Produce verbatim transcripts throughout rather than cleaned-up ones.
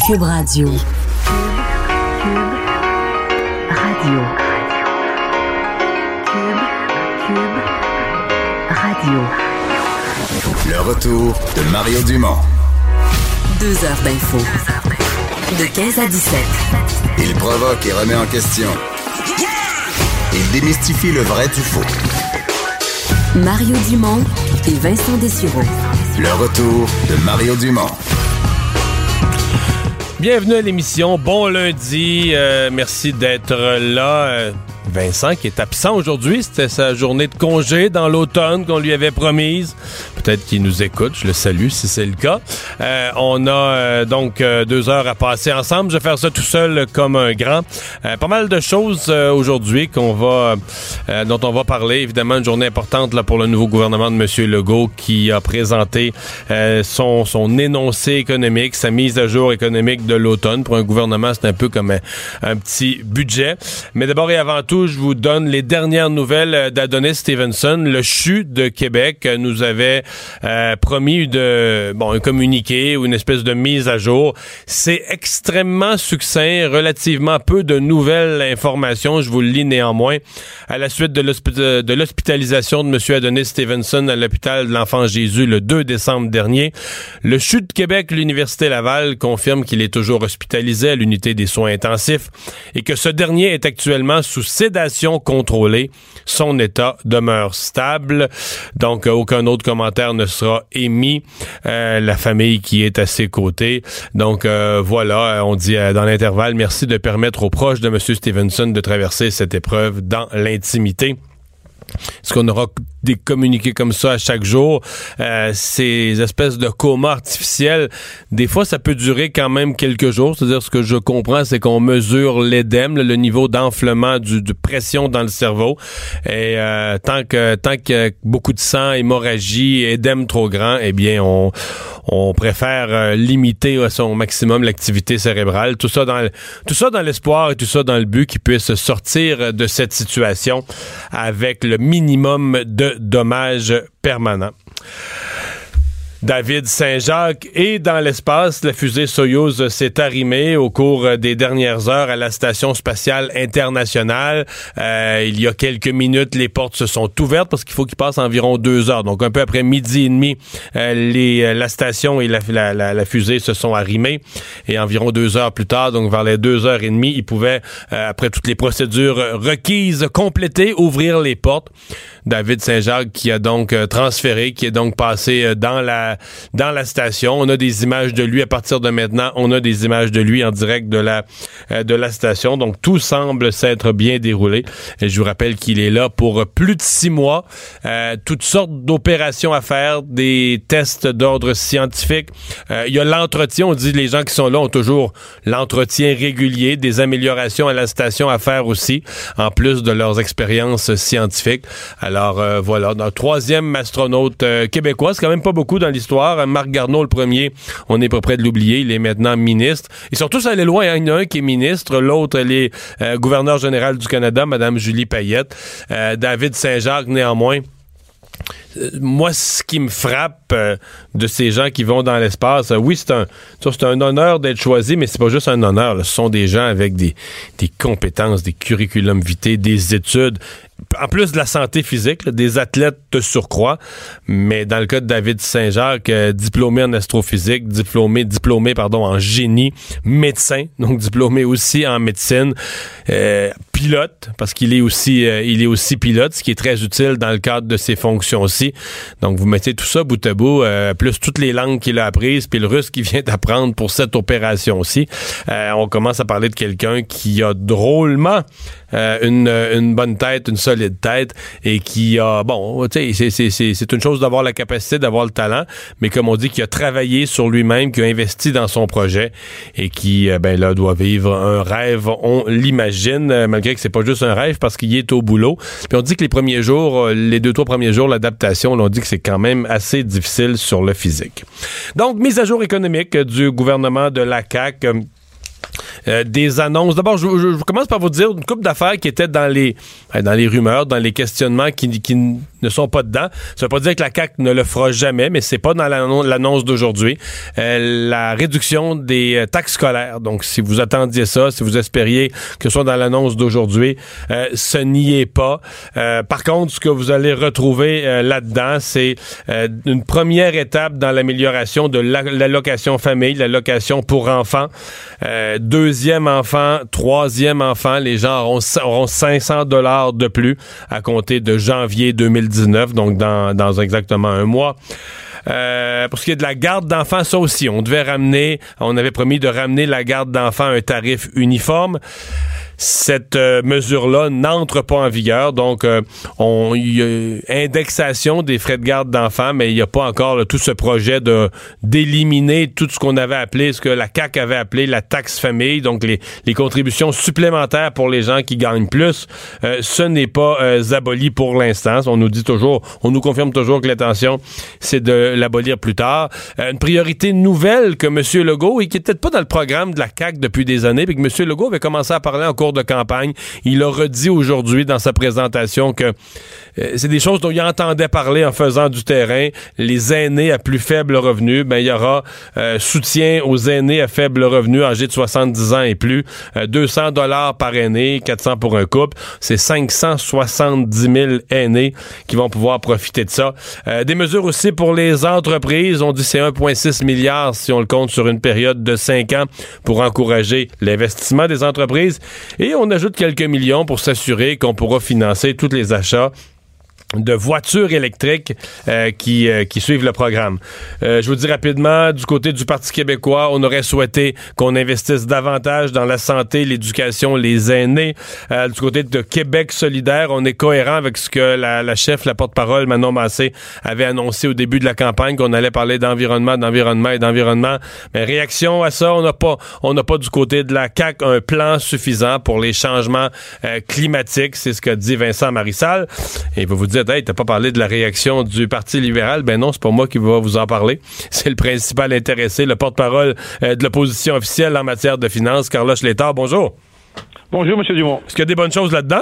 Cube Radio. Cube Radio. Cube, Cube Radio. Le retour de Mario Dumont. Deux heures d'info. De quinze à dix-sept. Il provoque et remet en question. Il démystifie le vrai du faux. Mario Dumont et Vincent Dessureau. Le retour de Mario Dumont. Bienvenue à l'émission. Bon lundi. Euh, merci d'être là. Euh, Vincent qui est absent aujourd'hui. C'était sa journée de congé dans l'automne qu'on lui avait promise. Peut-être qu'il nous écoute. Je le salue si c'est le cas. Euh, on a euh, donc euh, deux heures à passer ensemble. Je vais faire ça tout seul comme un grand. Euh, pas mal de choses euh, aujourd'hui qu'on va, euh, dont on va parler. Évidemment, une journée importante là, pour le nouveau gouvernement de M. Legault qui a présenté euh, son, son énoncé économique, sa mise à jour économique de l'automne. Pour un gouvernement, c'est un peu comme un, un petit budget. Mais d'abord et avant tout, je vous donne les dernières nouvelles d'Adonis Stevenson. Le C H U de Québec nous avait euh, promis de, bon, un communiqué ou une espèce de mise à jour. C'est extrêmement succinct, relativement peu de nouvelles informations. Je vous le lis néanmoins. À la suite de, l'hospi- de l'hospitalisation de M. Adonis Stevenson à l'hôpital de l'Enfant Jésus le deux décembre dernier, le C H U de Québec, l'Université Laval, confirme qu'il est toujours hospitalisé à l'unité des soins intensifs et que ce dernier est actuellement sous sédation contrôlée. Son état demeure stable. Donc, euh, aucun autre commentaire ne sera émis. Euh, la famille qui est à ses côtés. Donc, euh, voilà, on dit euh, dans l'intervalle, merci de permettre aux proches de M. Stevenson de traverser cette épreuve dans l'intimité. Est-ce qu'on aura des communiqués comme ça à chaque jour? Euh, ces espèces de coma artificiels, des fois, ça peut durer quand même quelques jours. C'est-à-dire, ce que je comprends, c'est qu'on mesure l'édème, le niveau d'enflement, du, de pression dans le cerveau. Et euh, tant que tant qu'il y a beaucoup de sang, hémorragie, édème trop grand, eh bien, on, on préfère euh, limiter à son maximum l'activité cérébrale. Tout ça dans tout ça dans l'espoir et tout ça dans le but qu'il puisse sortir de cette situation avec le minimum de dommages permanents. David Saint-Jacques est dans l'espace. La fusée Soyouz s'est arrimée au cours des dernières heures à la Station spatiale internationale. Euh, il y a quelques minutes, les portes se sont ouvertes parce qu'il faut qu'il passe environ deux heures. Donc, un peu après midi et demi, euh, les, la station et la, la, la, la fusée se sont arrimées. Et environ deux heures plus tard, donc vers les deux heures et demie, ils pouvaient, euh, après toutes les procédures requises, compléter, ouvrir les portes. David Saint-Jacques qui a donc euh, transféré, qui est donc passé euh, dans la dans la station. On a des images de lui à partir de maintenant. On a des images de lui en direct de la euh, de la station. Donc, tout semble s'être bien déroulé. Et je vous rappelle qu'il est là pour plus de six mois. Euh, toutes sortes d'opérations à faire, des tests d'ordre scientifique. Euh, il y a l'entretien. On dit les gens qui sont là ont toujours l'entretien régulier, des améliorations à la station à faire aussi, en plus de leurs expériences scientifiques. Alors, euh, voilà. Notre troisième astronaute euh, québécois, c'est quand même pas beaucoup dans l'histoire. Marc Garneau, le premier, on est pas près de l'oublier. Il est maintenant ministre. Ils sont tous allés loin. Hein. Il y en a un qui est ministre, l'autre, elle est euh, gouverneur général du Canada, Mme Julie Payette. Euh, David Saint-Jacques, néanmoins. Euh, moi, ce qui me frappe euh, de ces gens qui vont dans l'espace, euh, oui, c'est un, c'est un honneur d'être choisi, mais c'est pas juste un honneur. Là. Ce sont des gens avec des, des compétences, des curriculum vitae, des études. En plus de la santé physique, là, des athlètes de surcroît, mais dans le cas de David Saint-Jacques, euh, diplômé en astrophysique, diplômé, diplômé pardon, en génie, médecin, donc diplômé aussi en médecine, euh, pilote, parce qu'il est aussi euh, il est aussi pilote, ce qui est très utile dans le cadre de ses fonctions aussi. Donc vous mettez tout ça bout à bout, euh, plus toutes les langues qu'il a apprises, puis le russe qu'il vient d'apprendre pour cette opération aussi. Euh, on commence à parler de quelqu'un qui a drôlement euh, une, une bonne tête, une solide tête, et qui a, bon, tu sais, c'est, c'est, c'est, c'est une chose d'avoir la capacité, d'avoir le talent, mais comme on dit, qui a travaillé sur lui-même, qui a investi dans son projet, et qui, ben là, doit vivre un rêve, on l'imagine, malgré que c'est pas juste un rêve, parce qu'il est au boulot. Puis on dit que les premiers jours, les deux, trois premiers jours, l'adaptation, on dit que c'est quand même assez difficile sur le physique. Donc, mise à jour économique du gouvernement de la C A Q. euh, des annonces. D'abord, je, je, je commence par vous dire une couple d'affaires qui étaient dans les dans les rumeurs, dans les questionnements qui, qui ne sont pas dedans. Ça veut pas dire que la C A Q ne le fera jamais, mais c'est pas dans l'annonce d'aujourd'hui. Euh, la réduction des taxes scolaires. Donc, si vous attendiez ça, si vous espériez que ce soit dans l'annonce d'aujourd'hui, euh, ce n'y est pas. Euh, par contre, ce que vous allez retrouver euh, là-dedans, c'est euh, une première étape dans l'amélioration de l'allocation famille, l'allocation pour enfants. Euh, deuxième enfant, troisième enfant, les gens auront, auront cinq cents dollars de plus à compter de janvier deux mille dix-neuf, donc dans, dans exactement un mois. Euh, pour ce qui est de la garde d'enfants, ça aussi, on devait ramener, on avait promis de ramener la garde d'enfants à un tarif uniforme. Cette euh, mesure-là n'entre pas en vigueur, donc euh, on y a indexation des frais de garde d'enfants, mais il n'y a pas encore là, tout ce projet de d'éliminer tout ce qu'on avait appelé, ce que la C A Q avait appelé la taxe famille, donc les, les contributions supplémentaires pour les gens qui gagnent plus. Euh, ce n'est pas euh, aboli pour l'instant. On nous dit toujours, on nous confirme toujours que l'intention, c'est de l'abolir plus tard. Euh, une priorité nouvelle que M. Legault, et qui n'était peut-être pas dans le programme de la C A Q depuis des années, puis que M. Legault avait commencé à parler en cours de campagne. Il a redit aujourd'hui dans sa présentation que euh, c'est des choses dont il entendait parler en faisant du terrain. Les aînés à plus faible revenu, ben il y aura euh, soutien aux aînés à faible revenu âgés de soixante-dix ans et plus. Euh, deux cents dollars par aîné, quatre cents pour un couple. C'est cinq cent soixante-dix mille aînés qui vont pouvoir profiter de ça. Euh, des mesures aussi pour les entreprises. On dit c'est un virgule six milliard si on le compte sur une période de cinq ans pour encourager l'investissement des entreprises. Et on ajoute quelques millions pour s'assurer qu'on pourra financer tous les achats de voitures électriques euh, qui, euh, qui suivent le programme. Euh, je vous dis rapidement, du côté du Parti québécois, on aurait souhaité qu'on investisse davantage dans la santé, l'éducation, les aînés. Euh, du côté de Québec solidaire, on est cohérent avec ce que la, la chef, la porte-parole Manon Massé avait annoncé au début de la campagne, qu'on allait parler d'environnement, d'environnement et d'environnement. Mais réaction à ça, on n'a pas, on n'a pas du côté de la C A Q un plan suffisant pour les changements euh, climatiques. C'est ce qu'a dit Vincent Marissal. Et il va vous dire, hey, t'as pas parlé de la réaction du Parti libéral. Ben non, c'est pas moi qui va vous en parler. C'est le principal intéressé, le porte-parole euh, de l'opposition officielle en matière de finances, Carlos Létard. Bonjour. Bonjour, M. Dumont. Est-ce qu'il y a des bonnes choses là-dedans?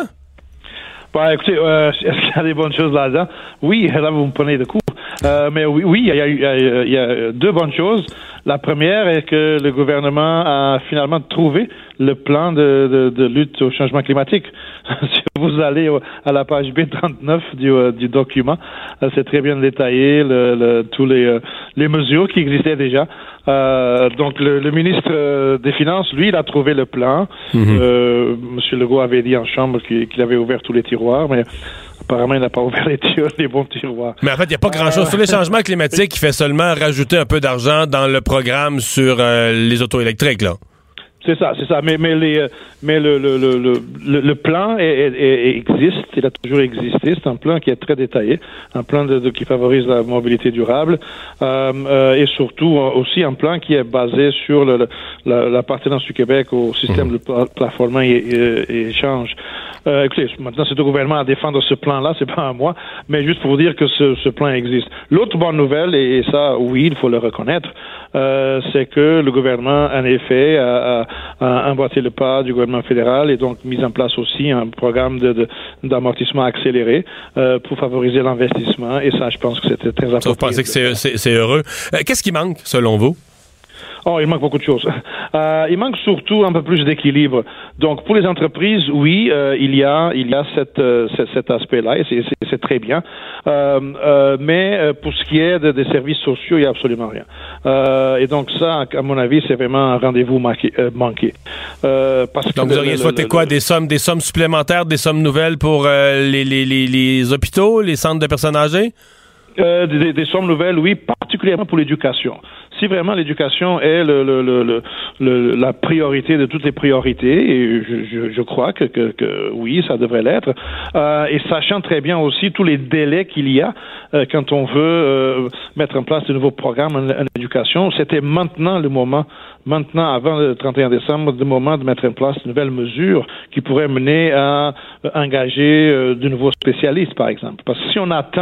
Ben, écoutez, euh, est-ce qu'il y a des bonnes choses là-dedans? Oui, là, vous me prenez de court. Euh, mais oui, oui, il y a, il y a, il y a deux bonnes choses. La première est que le gouvernement a finalement trouvé le plan de, de, de lutte au changement climatique. Si vous allez à la page B trente-neuf du, du document, c'est très bien détaillé, le, le, tous les, euh, les mesures qui existaient déjà. Euh, donc, le, le ministre des Finances, lui, il a trouvé le plan. Mm-hmm. Euh, M. Legault avait dit en chambre qu'il, qu'il avait ouvert tous les tiroirs, mais apparemment, il n'a pas ouvert les, tir- les bons tiroirs. Mais en fait, il n'y a pas grand-chose. Euh... Sur les changements climatiques, il fait seulement rajouter un peu d'argent dans le programme sur euh, les autos électriques, là. C'est ça, c'est ça. Mais, mais, les, mais le, le, le, le, le plan est, est, est, existe, il a toujours existé. C'est un plan qui est très détaillé, un plan de, de, qui favorise la mobilité durable euh, euh, et surtout aussi un plan qui est basé sur le, le, la, l'appartenance du Québec au système mmh. de plafonnement et, et, et échange. Euh, écoutez, maintenant c'est au gouvernement à défendre ce plan-là, c'est pas à moi, mais juste pour vous dire que ce, ce plan existe. L'autre bonne nouvelle, et ça, oui, il faut le reconnaître, euh, c'est que le gouvernement, en effet, a, a a emboîté le pas du gouvernement fédéral et donc mis en place aussi un programme de, de, d'amortissement accéléré euh, pour favoriser l'investissement. Et ça, je pense que c'était très important. Vous pensez que c'est, c'est, c'est heureux. Euh, qu'est-ce qui manque, selon vous? Oh, il manque beaucoup de choses. Euh, il manque surtout un peu plus d'équilibre. Donc, pour les entreprises, oui, euh, il y a, il y a cette, euh, cet, cet aspect-là, et c'est, c'est, c'est très bien. Euh, euh, mais euh, pour ce qui est de, des services sociaux, il n'y a absolument rien. Euh, et donc, ça, à mon avis, c'est vraiment un rendez-vous manqué. Euh, manqué. Euh, parce donc, que vous auriez le, souhaité le, quoi? Le, des sommes, des sommes supplémentaires, des sommes nouvelles pour euh, les, les, les, les hôpitaux, les centres de personnes âgées? Euh, des, des sommes nouvelles, oui, particulièrement pour l'éducation. Si vraiment l'éducation est le, le, le, le, le, la priorité de toutes les priorités, et je, je, je crois que, que, que oui, ça devrait l'être, euh, et sachant très bien aussi tous les délais qu'il y a euh, quand on veut euh, mettre en place de nouveaux programmes en, en éducation, c'était maintenant le moment, maintenant avant le trente et un décembre, le moment de mettre en place de nouvelles mesures qui pourraient mener à euh, engager euh, de nouveaux spécialistes, par exemple. Parce que si on attend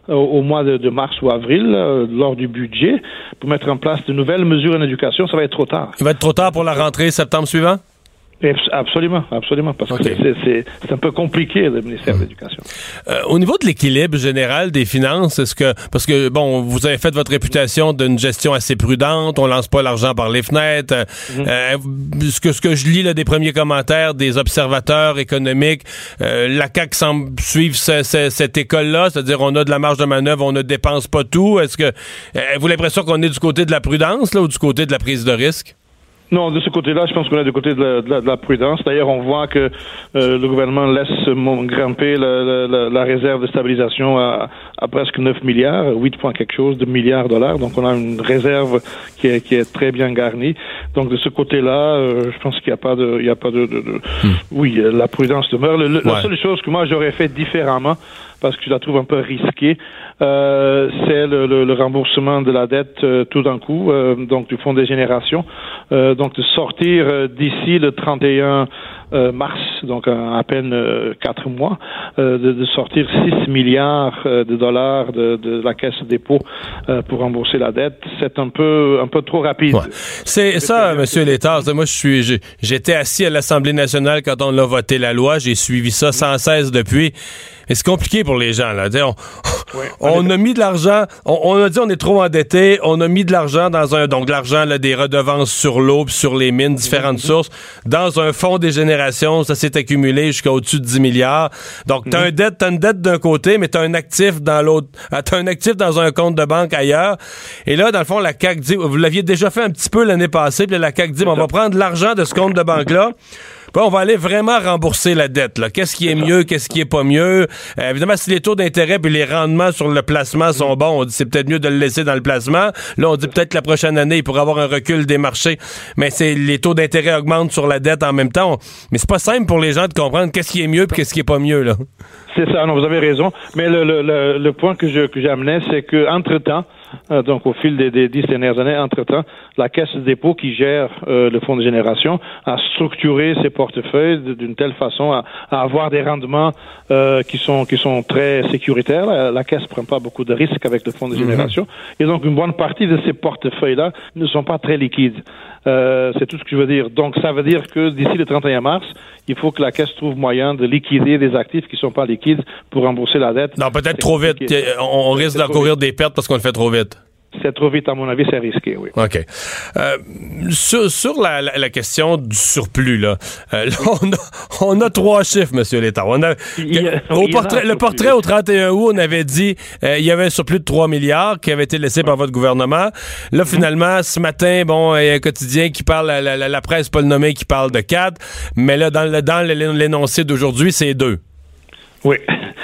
au, au mois de, de mars ou avril, euh, lors du budget, pour mettre en place de nouvelles mesures en éducation, ça va être trop tard. Il va être trop tard pour la rentrée septembre suivant? Absolument, absolument, parce okay. que c'est, c'est, c'est un peu compliqué, le ministère de l'Éducation. Euh, au niveau de l'équilibre général des finances, est-ce que, parce que, bon, vous avez fait votre réputation d'une gestion assez prudente, on lance pas l'argent par les fenêtres, mm-hmm. euh, ce, que, ce que je lis là, des premiers commentaires des observateurs économiques, euh, la C A Q semble suivre ce, ce, cette école-là, c'est-à-dire on a de la marge de manœuvre, on ne dépense pas tout. Est-ce que, euh, vous avez l'impression qu'on est du côté de la prudence là, ou du côté de la prise de risque? Non, de ce côté-là, je pense qu'on est du côté de la, de la, de la prudence. D'ailleurs, on voit que euh, le gouvernement laisse grimper la, la, la réserve de stabilisation à, à presque neuf milliards, huit points quelque chose de milliards de dollars. Donc, on a une réserve qui est, qui est très bien garnie. Donc, de ce côté-là, euh, je pense qu'il n'y a pas de, il y a pas de, de, de... Hmm. oui, la prudence demeure. Le, le, ouais. La seule chose que moi j'aurais fait différemment, parce que je la trouve un peu risquée, euh, c'est le, le, le remboursement de la dette euh, tout d'un coup, euh, donc du Fonds des générations, euh, donc de sortir euh, d'ici le trente et un euh, mars, donc euh, à peine euh, quatre mois, euh, de, de sortir six milliards euh, de dollars de, de la caisse de dépôt euh, pour rembourser la dette. C'est un peu un peu trop rapide. Ouais. C'est, c'est ça, M. Létard. Moi, je suis, j'ai, j'étais assis à l'Assemblée nationale quand on a voté la loi. J'ai suivi ça sans cesse depuis. Mais c'est compliqué pour les gens, là. On, oui, on a mis de l'argent, on, on a dit on est trop endetté, on a mis de l'argent dans un, donc de l'argent, là, des redevances sur l'eau puis sur les mines, différentes mm-hmm. sources, dans un fonds des générations, ça s'est accumulé jusqu'à au-dessus de dix milliards. Donc, t'as, mm-hmm. un dette, t'as une dette d'un côté, mais t'as un actif dans l'autre, t'as un actif dans un compte de banque ailleurs. Et là, dans le fond, la C A Q dit, vous l'aviez déjà fait un petit peu l'année passée, puis la C A Q dit, on va prendre l'argent de ce compte de banque-là. Puis on va aller vraiment rembourser la dette, là. Qu'est-ce qui est mieux, qu'est-ce qui est pas mieux? Euh, évidemment, si les taux d'intérêt et les rendements sur le placement sont bons, on dit c'est peut-être mieux de le laisser dans le placement. Là, on dit peut-être que la prochaine année, il pourrait avoir un recul des marchés. Mais c'est les taux d'intérêt augmentent sur la dette en même temps. On, mais c'est pas simple pour les gens de comprendre qu'est-ce qui est mieux et qu'est-ce qui est pas mieux, là. C'est ça, non, vous avez raison. Mais le, le, le, le point que je, que j'amenais, c'est que entre-temps, Euh, donc au fil des, des dix dernières années, entre-temps, la Caisse de dépôt qui gère euh, le fonds de génération a structuré ses portefeuilles d'une telle façon à, à avoir des rendements euh, qui sont qui sont très sécuritaires. La, la Caisse prend pas beaucoup de risques avec le fonds de génération. Mm-hmm. Et donc une bonne partie de ces portefeuilles-là ne sont pas très liquides. Euh, c'est tout ce que je veux dire. Donc ça veut dire que d'ici le trente et un mars, il faut que la Caisse trouve moyen de liquider des actifs qui sont pas liquides pour rembourser la dette. Non, peut-être trop vite. On, on risque d'encourir des pertes parce qu'on le fait trop vite. C'est trop vite, à mon avis, c'est risqué, oui. OK. Euh, sur sur la, la, la question du surplus, là, euh, là on, a, on a trois chiffres, M. Létard. On a, il y a, au il portrait, le portrait au trente et un août, on avait dit euh, il y avait un surplus de trois milliards qui avait été laissé ouais. par votre gouvernement. Là, finalement, mm-hmm. ce matin, bon, il y a un quotidien qui parle, la, la, la presse pas le nommé qui parle de quatre, mais là, dans, le, dans l'énoncé d'aujourd'hui, c'est deux. Oui,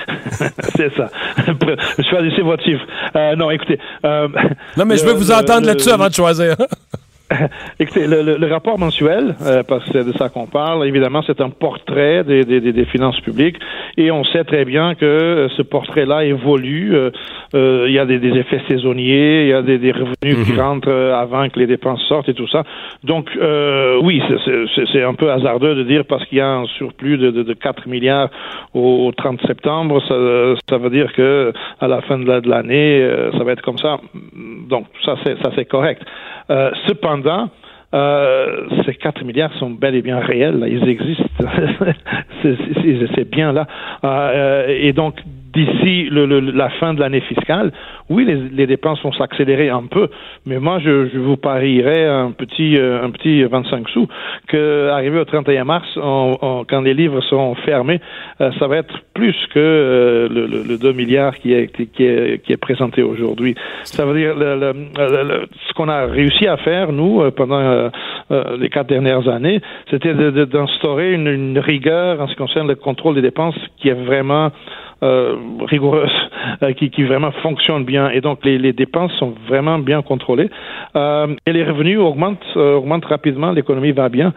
c'est ça. Choisissez votre chiffre. Euh, non, écoutez... Euh, non, mais le, je veux vous le, entendre le, là-dessus le, avant de choisir. Écoutez, le, le, le rapport mensuel, euh, parce que c'est de ça qu'on parle, évidemment, c'est un portrait des, des, des finances publiques, et on sait très bien que euh, ce portrait-là évolue. Euh, euh, il y a des, des effets saisonniers, il y a des, des revenus mm-hmm. qui rentrent avant que les dépenses sortent et tout ça. Donc, euh, oui, c'est, c'est, c'est un peu hasardeux de dire parce qu'il y a un surplus de, de, de quatre milliards au, au trente septembre, ça, ça veut dire que à la fin de, la, de l'année, euh, ça va être comme ça. Donc, ça, c'est, ça, c'est correct. Euh, cependant, euh, ces quatre milliards sont bel et bien réels, là, ils existent, c'est, c'est, c'est bien là. Euh, et donc, d'ici le, le, la fin de l'année fiscale, oui, les, les dépenses vont s'accélérer un peu, mais moi, je, je vous parierais un petit, euh, un petit vingt-cinq sous que, arrivé au trente et un mars, on, on, quand les livres seront fermés, euh, ça va être plus que euh, le, le, le deux milliards qui est, qui est, qui est présenté aujourd'hui. Ça veut dire le, le, le, ce qu'on a réussi à faire, nous, pendant euh, euh, les quatre dernières années, c'était de, de, d'instaurer une, une rigueur en ce qui concerne le contrôle des dépenses qui est vraiment Euh, rigoureuse, euh, qui, qui vraiment fonctionne bien. Et donc, les, les dépenses sont vraiment bien contrôlées. Euh, et les revenus augmentent, euh, augmentent rapidement. L'économie va bien.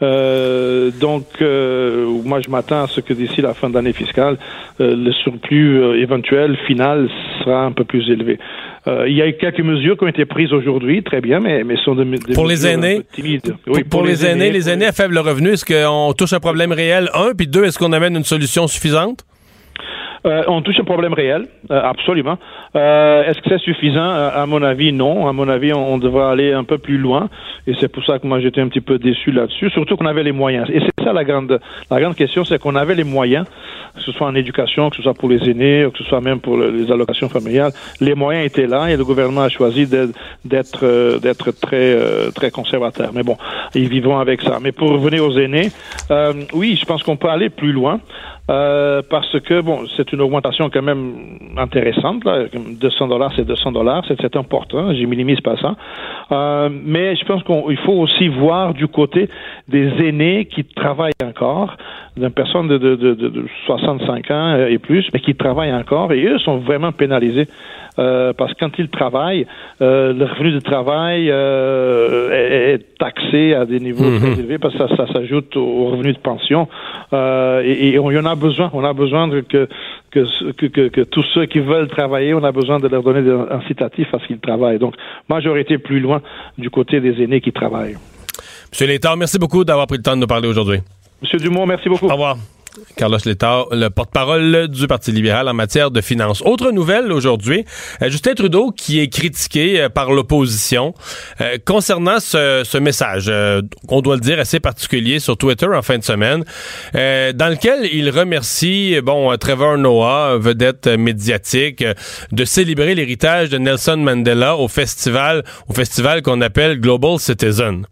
Euh, donc, euh, moi, je m'attends à ce que d'ici la fin de l'année fiscale, euh, le surplus euh, éventuel final sera un peu plus élevé. Euh, il y a eu quelques mesures qui ont été prises aujourd'hui, très bien, mais, mais sont des, des pour les aînés, timides. Oui, pour, pour les, les aînés, les aînés à faible revenu, est-ce qu'on touche un problème réel? Un, puis deux, est-ce qu'on amène une solution suffisante? Euh, on touche un problème réel, euh, absolument. Euh, est-ce que c'est suffisant? À mon avis, non. À mon avis, on, on devrait aller un peu plus loin. Et c'est pour ça que moi, j'étais un petit peu déçu là-dessus. Surtout qu'on avait les moyens. Et c'est ça la grande, la grande question, c'est qu'on avait les moyens, que ce soit en éducation, que ce soit pour les aînés, que ce soit même pour le, les allocations familiales. Les moyens étaient là et le gouvernement a choisi d'être, d'être, euh, d'être très, euh, très conservateur. Mais bon, ils vivront avec ça. Mais pour revenir aux aînés, euh, oui, je pense qu'on peut aller plus loin. Euh, parce que, bon, c'est une augmentation quand même intéressante, là. deux cents dollars, c'est deux cents dollars, c'est, c'est important, je minimise pas ça. Euh, mais je pense qu'il faut aussi voir du côté des aînés qui travaillent encore, d'une personne de, de, de, de soixante-cinq ans et plus, mais qui travaillent encore, et eux sont vraiment pénalisés. Euh, parce que quand ils travaillent, euh, le revenu du travail euh, est, est taxé à des niveaux mmh. très élevés parce que ça, ça s'ajoute au revenu de pension. Euh, et, et on y en a besoin. On a besoin de, que, que, que, que, que tous ceux qui veulent travailler, on a besoin de leur donner des incitatifs à ce qu'ils travaillent. Donc, moi, j'aurais été plus loin du côté des aînés qui travaillent. Monsieur Létard, merci beaucoup d'avoir pris le temps de nous parler aujourd'hui. Monsieur Dumont, merci beaucoup. Au revoir. Carlos Létard, le porte-parole du Parti libéral en matière de finances. Autre nouvelle aujourd'hui, euh, Justin Trudeau qui est critiqué euh, par l'opposition euh, concernant ce, ce message, euh, on doit le dire, assez particulier sur Twitter en fin de semaine, euh, dans lequel il remercie bon Trevor Noah, vedette médiatique, euh, de célébrer l'héritage de Nelson Mandela au festival, au festival qu'on appelle Global Citizen.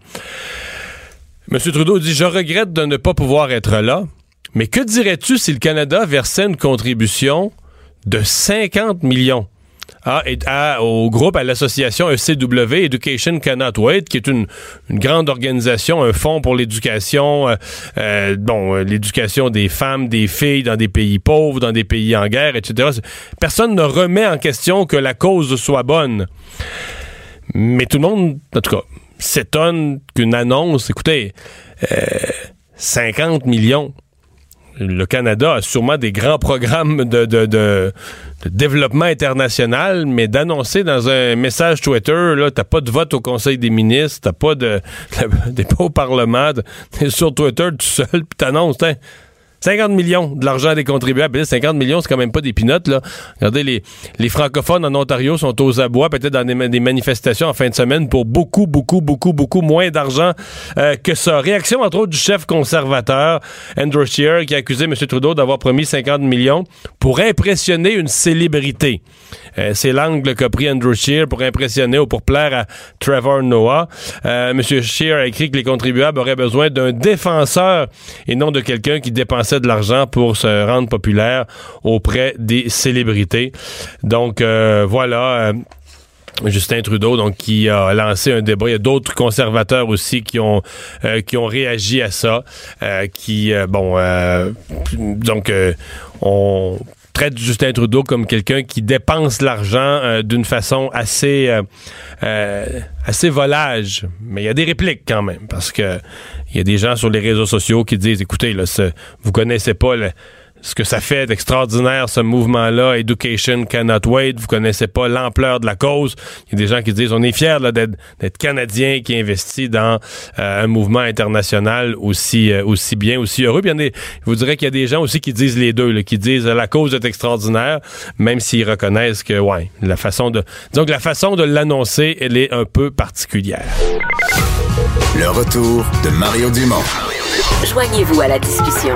Monsieur Trudeau dit « Je regrette de ne pas pouvoir être là. » Mais que dirais-tu si le Canada versait une contribution de cinquante millions à, à, au groupe, à l'association E C W, Education Cannot Wait, qui est une, une grande organisation, un fonds pour l'éducation, euh, euh, bon, l'éducation des femmes, des filles dans des pays pauvres, dans des pays en guerre, et cetera. Personne ne remet en question que la cause soit bonne. Mais tout le monde, en tout cas, s'étonne qu'une annonce, écoutez, euh, cinquante millions. Le Canada a sûrement des grands programmes de, de, de, de développement international, mais d'annoncer dans un message Twitter, là, t'as pas de vote au Conseil des ministres, t'as pas de, t'es pas au Parlement, t'es sur Twitter tout seul, puis t'annonces, hein, cinquante millions de l'argent des contribuables. Là, cinquante millions, c'est quand même pas des peanuts, là. Regardez, les, les francophones en Ontario sont aux abois, peut-être dans des, des manifestations en fin de semaine pour beaucoup, beaucoup, beaucoup, beaucoup moins d'argent euh, que ça. Réaction, entre autres, du chef conservateur, Andrew Scheer, qui a accusé M. Trudeau d'avoir promis cinquante millions pour impressionner une célébrité. Euh, c'est l'angle qu'a pris Andrew Scheer pour impressionner ou pour plaire à Trevor Noah. Euh, M. Scheer a écrit que les contribuables auraient besoin d'un défenseur et non de quelqu'un qui dépense de l'argent pour se rendre populaire auprès des célébrités. Donc, euh, voilà... Euh, Justin Trudeau, donc, qui a lancé un débat. Il y a d'autres conservateurs aussi qui ont euh, qui ont réagi à ça, euh, qui, euh, bon, euh, donc, euh, on traite Justin Trudeau comme quelqu'un qui dépense l'argent euh, d'une façon assez euh, euh, assez volage. Mais il y a des répliques quand même, parce que il y a des gens sur les réseaux sociaux qui disent, écoutez, là, ce, vous connaissez pas le, ce que ça fait d'extraordinaire, ce mouvement-là, Education Cannot Wait, vous connaissez pas l'ampleur de la cause. Il y a des gens qui disent, on est fiers là, d'être, d'être Canadien qui investit dans euh, un mouvement international aussi euh, aussi bien, aussi heureux. Puis il y en a, je vous dirais qu'il y a des gens aussi qui disent les deux, là, qui disent la cause est extraordinaire, même s'ils reconnaissent que, ouais, la façon de, disons que la façon de l'annoncer, elle est un peu particulière. Le retour de Mario Dumont. Joignez-vous à la discussion.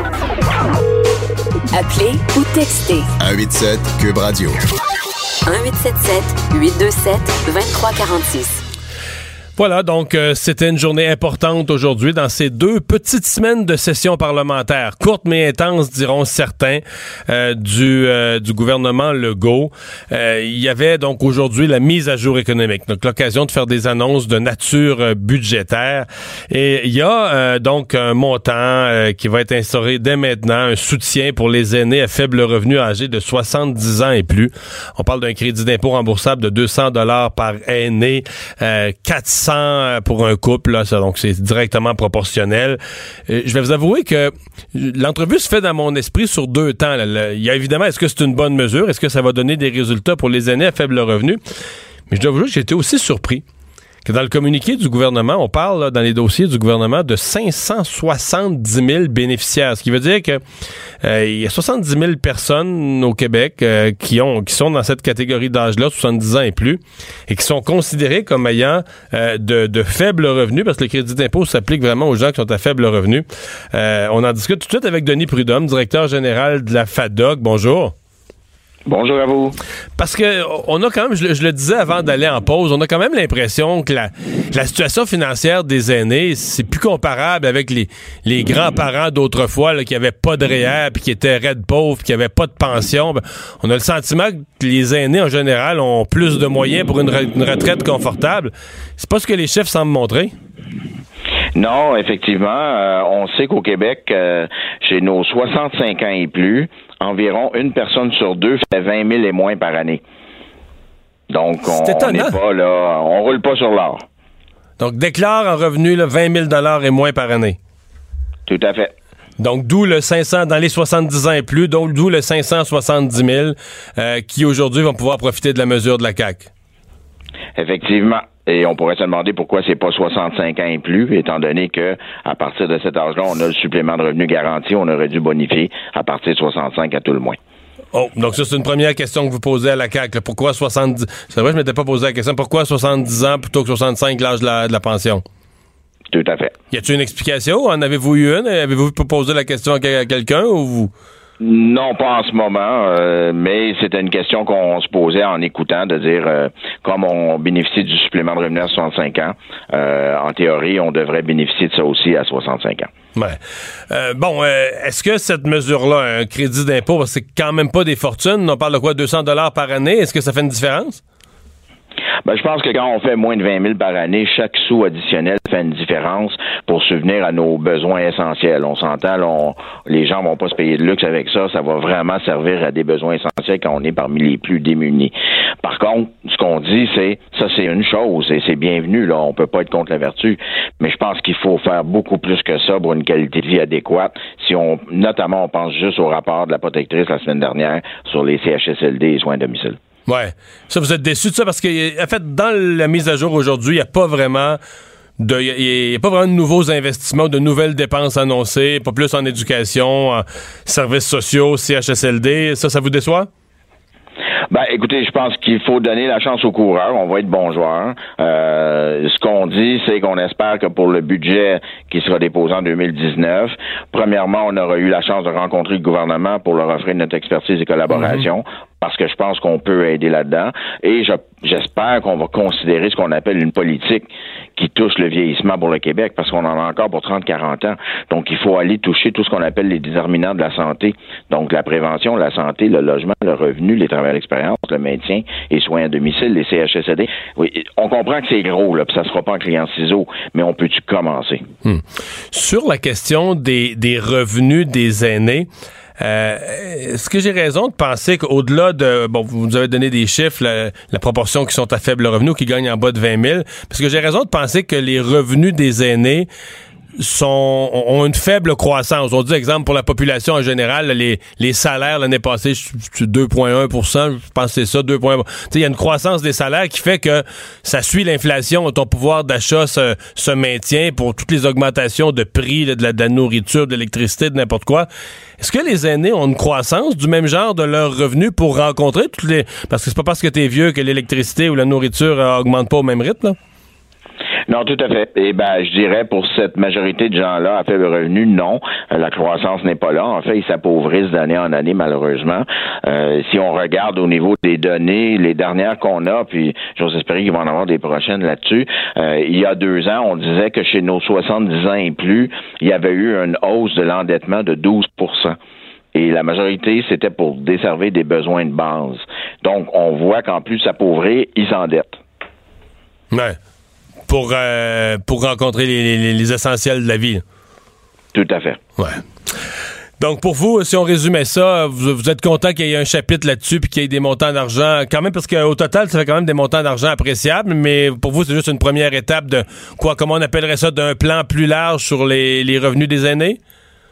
Appelez ou textez. un huit sept Cube Radio. un huit sept sept huit deux sept deux trois quatre six. Voilà, donc euh, c'était une journée importante aujourd'hui dans ces deux petites semaines de session parlementaire, courte mais intense, diront certains, euh, du euh, du gouvernement Legault. Euh, il y avait donc aujourd'hui la mise à jour économique, donc l'occasion de faire des annonces de nature euh, budgétaire. Et il y a euh, donc un montant euh, qui va être instauré dès maintenant, un soutien pour les aînés à faible revenu âgés de soixante-dix ans et plus. On parle d'un crédit d'impôt remboursable de deux cents dollars par aîné, euh, quatre cents pour un couple, là, ça, donc c'est directement proportionnel. Euh, je vais vous avouer que l'entrevue se fait dans mon esprit sur deux temps. Là. Le, il y a évidemment, est-ce que c'est une bonne mesure? Est-ce que ça va donner des résultats pour les aînés à faible revenu? Mais je dois vous dire que j'ai été aussi surpris que dans le communiqué du gouvernement, on parle là, dans les dossiers du gouvernement de cinq cent soixante-dix mille bénéficiaires, ce qui veut dire que euh, il y a soixante-dix mille personnes au Québec euh, qui ont qui sont dans cette catégorie d'âge-là, soixante-dix ans et plus, et qui sont considérés comme ayant euh, de, de faibles revenus, parce que le crédit d'impôt s'applique vraiment aux gens qui sont à faible revenu. Euh, on en discute tout de suite avec Denis Prudhomme, directeur général de la F A D O C. Bonjour. Bonjour à vous. Parce que on a quand même, je, je le disais avant d'aller en pause, on a quand même l'impression que la, la situation financière des aînés, c'est plus comparable avec les, les grands-parents d'autrefois là, qui avaient pas de R E E R, puis qui étaient raides pauvres, qui avaient pas de pension. Ben, on a le sentiment que les aînés, en général, ont plus de moyens pour une, re- une retraite confortable. C'est pas ce que les chiffres semblent montrer. Non, effectivement, euh, on sait qu'au Québec, euh, chez nos soixante-cinq ans et plus, environ une personne sur deux fait vingt mille et moins par année. Donc, on n'est pas là, on roule pas sur l'or. Donc, déclare en revenu là, vingt mille dollars et moins par année. Tout à fait. Donc, d'où le cinq cents dans les soixante-dix ans et plus, donc d'où le cinq cent soixante-dix mille euh, qui aujourd'hui vont pouvoir profiter de la mesure de la C A Q. Effectivement. Et on pourrait se demander pourquoi c'est pas soixante-cinq ans et plus, étant donné que à partir de cet âge-là, on a le supplément de revenu garanti, on aurait dû bonifier à partir de soixante-cinq à tout le moins. Oh, donc ça, c'est une première question que vous posez à la C A Q. Là. Pourquoi soixante-dix? C'est vrai, je ne m'étais pas posé la question. Pourquoi soixante-dix ans plutôt que soixante-cinq, l'âge de la, de la pension? Tout à fait. Y a-t-il une explication? En avez-vous eu une? Avez-vous posé la question à quelqu'un ou vous? Non, pas en ce moment, euh, mais c'était une question qu'on se posait en écoutant, de dire, euh, comme on bénéficie du supplément de revenu à soixante-cinq ans, euh, en théorie, on devrait bénéficier de ça aussi à soixante-cinq ans. Ouais. Euh, bon, euh, est-ce que cette mesure-là, un crédit d'impôt, c'est quand même pas des fortunes, on parle de quoi, deux cents dollars par année, est-ce que ça fait une différence? Ben, je pense que quand on fait moins de vingt mille par année, chaque sou additionnel fait une différence pour subvenir à nos besoins essentiels. On s'entend, là, on, les gens vont pas se payer de luxe avec ça. Ça va vraiment servir à des besoins essentiels quand on est parmi les plus démunis. Par contre, ce qu'on dit, c'est, ça c'est une chose et c'est bienvenu, là. On peut pas être contre la vertu. Mais je pense qu'il faut faire beaucoup plus que ça pour une qualité de vie adéquate. Si on, notamment, on pense juste au rapport de la protectrice la semaine dernière sur les C H S L D et soins à domicile. Ouais. Ça, vous êtes déçu de ça parce que, en fait, dans la mise à jour aujourd'hui, il n'y a pas vraiment de, il n'y a pas vraiment de nouveaux investissements, de nouvelles dépenses annoncées, pas plus en éducation, en services sociaux, C H S L D. Ça, ça vous déçoit? Ben, écoutez, je pense qu'il faut donner la chance aux coureurs. On va être bons joueurs. Euh, ce qu'on dit, c'est qu'on espère que pour le budget qui sera déposé en deux mille dix-neuf, premièrement, on aura eu la chance de rencontrer le gouvernement pour leur offrir notre expertise et collaboration. Mm-hmm. Parce que je pense qu'on peut aider là-dedans. Et je, j'espère qu'on va considérer ce qu'on appelle une politique qui touche le vieillissement pour le Québec, parce qu'on en a encore pour trente à quarante ans. Donc, il faut aller toucher tout ce qu'on appelle les déterminants de la santé. Donc, la prévention, la santé, le logement, le revenu, les travailleurs d'expérience, le maintien et soins à domicile, les C H S L D. Oui, on comprend que c'est gros, là, puis ça ne sera pas en client ciseaux, mais on peut-tu commencer? Hmm. Sur la question des, des revenus des aînés, Euh, est-ce que j'ai raison de penser qu'au-delà de... Bon, vous nous avez donné des chiffres, la, la proportion qui sont à faible revenu, qui gagnent en bas de vingt mille, parce que j'ai raison de penser que les revenus des aînés sont ont une faible croissance. On dit, exemple, pour la population en général, les, les salaires l'année passée, c'est deux virgule un pour cent, je pense que c'est ça, deux virgule un pour cent. Tu sais, il y a une croissance des salaires qui fait que ça suit l'inflation, ton pouvoir d'achat se, se maintient pour toutes les augmentations de prix là, de, la, de la nourriture, de l'électricité, de n'importe quoi. Est-ce que les aînés ont une croissance du même genre de leurs revenus pour rencontrer toutes les... Parce que c'est pas parce que t'es vieux que l'électricité ou la nourriture euh, augmente pas au même rythme, là? Non, tout à fait. Et ben, je dirais pour cette majorité de gens-là à faible revenu, non, la croissance n'est pas là. En fait, ils s'appauvrissent d'année en année, malheureusement. Euh, si on regarde au niveau des données, les dernières qu'on a, puis j'ose espérer qu'il va en avoir des prochaines là-dessus, euh, il y a deux ans, on disait que chez nos soixante-dix ans et plus, il y avait eu une hausse de l'endettement de douze pour cent. Et la majorité, c'était pour desservir des besoins de base. Donc, on voit qu'en plus de s'appauvrir, ils s'endettent. Ouais. Pour, euh, pour rencontrer les, les, les essentiels de la vie. Tout à fait. Ouais. Donc, pour vous, si on résumait ça, vous, vous êtes content qu'il y ait un chapitre là-dessus puis qu'il y ait des montants d'argent, quand même, parce qu'au total, ça fait quand même des montants d'argent appréciables, mais pour vous, c'est juste une première étape de, quoi, comment on appellerait ça, d'un plan plus large sur les, les revenus des aînés?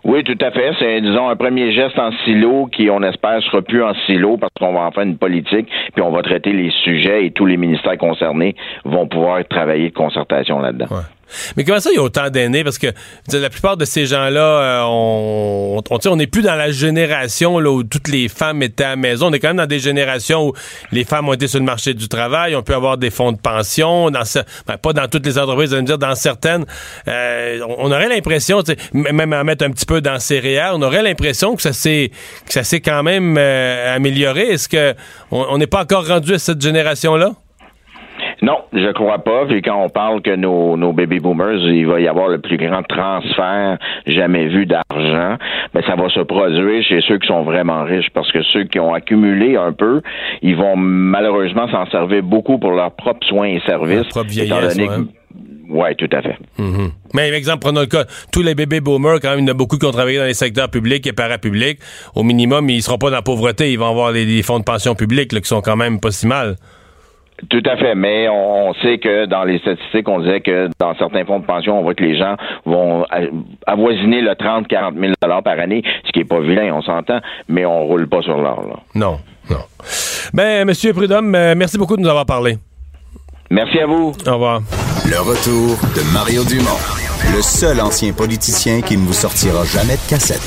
Oui, tout à fait. C'est, disons, un premier geste en silo qui, on espère, sera plus en silo parce qu'on va en faire une politique, puis on va traiter les sujets et tous les ministères concernés vont pouvoir travailler de concertation là-dedans. Ouais. Mais comment ça, il y a autant d'aînés? Parce que la plupart de ces gens-là, euh, on on, on n'est plus dans la génération là, où toutes les femmes étaient à la maison. On est quand même dans des générations où les femmes ont été sur le marché du travail, on peut avoir des fonds de pension, dans ben, pas dans toutes les entreprises, vous allez me dire, dans certaines. Euh, on aurait l'impression, même à mettre un petit peu dans céréales, on aurait l'impression que ça s'est que ça s'est quand même euh, amélioré. Est-ce que on n'est pas encore rendu à cette génération-là? Non, je crois pas. Puis quand on parle que nos, nos baby boomers, il va y avoir le plus grand transfert jamais vu d'argent, ben ça va se produire chez ceux qui sont vraiment riches, parce que ceux qui ont accumulé un peu, ils vont malheureusement s'en servir beaucoup pour leurs propres soins et services. Leur propre vieillesse, ouais. Oui, tout à fait. Mm-hmm. Mais exemple, prenons le cas, tous les baby boomers, quand même, il y en a beaucoup qui ont travaillé dans les secteurs publics et parapublics. Au minimum, ils seront pas dans la pauvreté, ils vont avoir les, les fonds de pension publics là, qui sont quand même pas si mal. Tout à fait, mais on sait que dans les statistiques, on disait que dans certains fonds de pension, on voit que les gens vont avoisiner le trente à quarante mille dollars par année, ce qui est pas vilain, on s'entend, mais on roule pas sur l'or, là. Non, non. Ben, Monsieur Prudhomme, merci beaucoup de nous avoir parlé. Merci à vous. Au revoir. Le retour de Mario Dumont, le seul ancien politicien qui ne vous sortira jamais de cassette.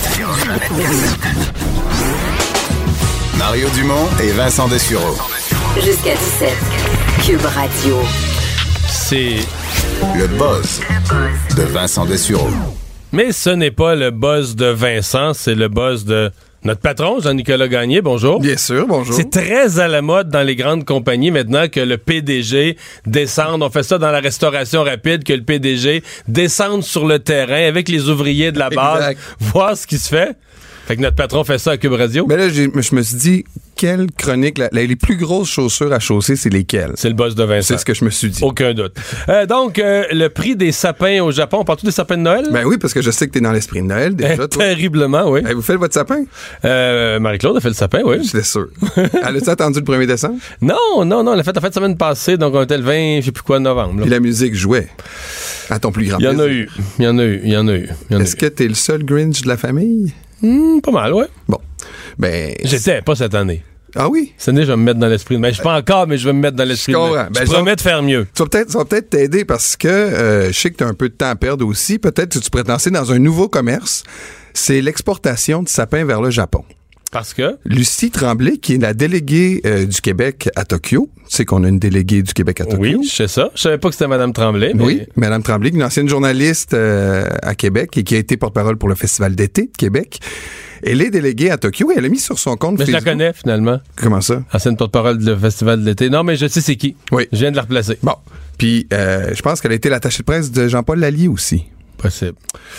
Mario Dumont et Vincent Dessureau. Jusqu'à dix-sept, Cube Radio. C'est le buzz de Vincent Dessureau. Mais ce n'est pas le buzz de Vincent, c'est le buzz de notre patron, Jean-Nicolas Gagné. Bonjour. Bien sûr, bonjour. C'est très à la mode dans les grandes compagnies maintenant que le P D G descende. On fait ça dans la restauration rapide, que le P D G descende sur le terrain avec les ouvriers de la base, exact. Voir ce qui se fait. Fait que notre patron fait ça à Cube Radio. Mais là, j'ai, je me suis dit, quelle chronique, la, la, les plus grosses chaussures à chausser, c'est lesquelles? C'est le boss de Vincent. C'est ce que je me suis dit. Aucun doute. Euh, donc, euh, le prix des sapins au Japon, on parle-tu des sapins de Noël? Ben oui, parce que je sais que t'es dans l'esprit de Noël, déjà, euh, toi. Terriblement, oui. Hey, vous faites votre sapin? Euh, Marie-Claude a fait le sapin, oui. J'étais sûr. Elle a-tu attendu le premier décembre? Non, non, non, elle l'a fait en fait la semaine passée, donc on était le vingt, je sais plus quoi, novembre. Là. Puis la musique jouait. À ton plus grand plaisir. Il y en a eu, il y en a eu, il y en a eu. Est-ce que t'es le seul Grinch de la famille? Mmh, pas mal, ouais. Bon. Ben. J'étais, pas cette année. Ah oui? Cette année, je vais me mettre dans l'esprit. Mais je suis pas encore, mais je vais me mettre dans l'esprit. Je comprends. Je ben, promets va, de faire mieux. Ça va peut-être, ça va peut-être t'aider parce que euh, je sais que tu as un peu de temps à perdre aussi. Peut-être que tu pourrais te lancer dans un nouveau commerce. C'est l'exportation de sapins vers le Japon. Parce que? Lucie Tremblay, qui est la déléguée euh, du Québec à Tokyo. Tu sais qu'on a une déléguée du Québec à Tokyo. Oui, je sais ça. Je savais pas que c'était Mme Tremblay. Mais... Oui, Mme Tremblay, une ancienne journaliste euh, à Québec et qui a été porte-parole pour le Festival d'été de Québec. Elle est déléguée à Tokyo et elle a mis sur son compte mais Facebook... je la connais, finalement. Comment ça? Ancienne porte-parole du Festival de l'été. Non, mais je sais c'est qui. Oui. Je viens de la replacer. Bon. Puis, euh, je pense qu'elle a été l'attachée de presse de Jean-Paul Lallier aussi. Possible.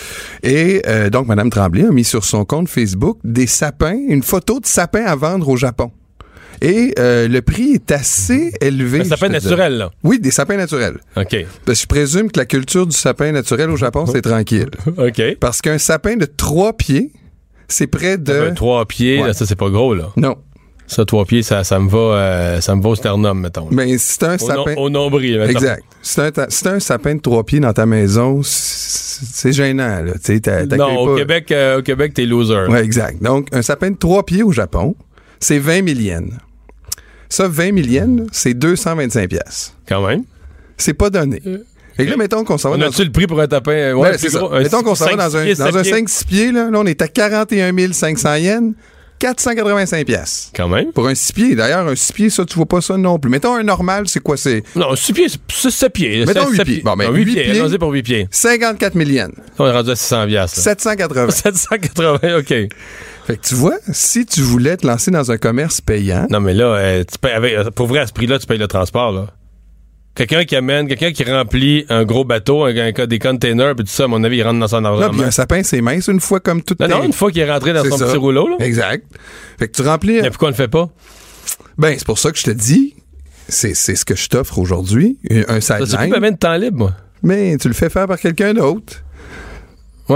Et euh, donc, Mme Tremblay a mis sur son compte Facebook des sapins, une photo de sapins à vendre au Japon. Et euh, le prix est assez élevé. Un sapin naturel, là? Oui, des sapins naturels. OK. Parce que je présume que la culture du sapin naturel au Japon, c'est tranquille. OK. Parce qu'un sapin de trois pieds, c'est près de... Ben, trois pieds, ouais. là, ça, c'est pas gros, là. Non. Ça, trois pieds, ça, ça me va euh, ça me va au sternum, mettons. Mais c'est un au sapin... No, au nombril, mettons. Exact. C'est un, ta... c'est un sapin de trois pieds dans ta maison, c'est gênant, là. T'sais, t'as, non, au pas... Québec, euh, au Québec, t'es loser. Oui, exact. Donc, un sapin de trois pieds au Japon, c'est vingt mille yens. Ça, vingt mille yens, c'est deux cent vingt-cinq piastres. Quand même. C'est pas donné. Euh, Et là, mettons qu'on s'en va on dans... a-tu le prix pour un tapin? Ouais, ouais, c'est gros, ça. Mettons qu'on s'en va dans un, dans un cinq six pieds, là. Là, on est à quarante et un mille cinq cents yens. quatre cent quatre-vingt-cinq piastres. Quand même. Pour un six pieds. D'ailleurs, un six pieds, ça, tu vois pas ça non plus. Mettons un normal, c'est quoi? C'est... Non, un six pieds, c'est sept pieds. Mettons huit pieds. pieds. Bon, mais non, huit pieds. pieds. Allons-y pour huit pieds. cinquante-quatre mille yens. On est rendu à six cents piastres. sept cent quatre-vingts. sept cent quatre-vingts, OK. Fait que tu vois, si tu voulais te lancer dans un commerce payant... Non, mais là, euh, tu payes avec, pour vrai, à ce prix-là, tu payes le transport, là. Quelqu'un qui amène, quelqu'un qui remplit un gros bateau, un, un, des containers, puis tout ça, à mon avis, il rentre dans son argent. Là, puis un sapin, c'est mince une fois comme tout. Non, non, une fois qu'il est rentré dans c'est son ça. petit rouleau, là. Exact. Fait que tu remplis... Mais pourquoi on le fait pas? Ben, c'est pour ça que je te dis, c'est, c'est ce que je t'offre aujourd'hui, un sideline. Ça, c'est plus pas même de temps libre, moi. Mais tu le fais faire par quelqu'un d'autre. Ouais.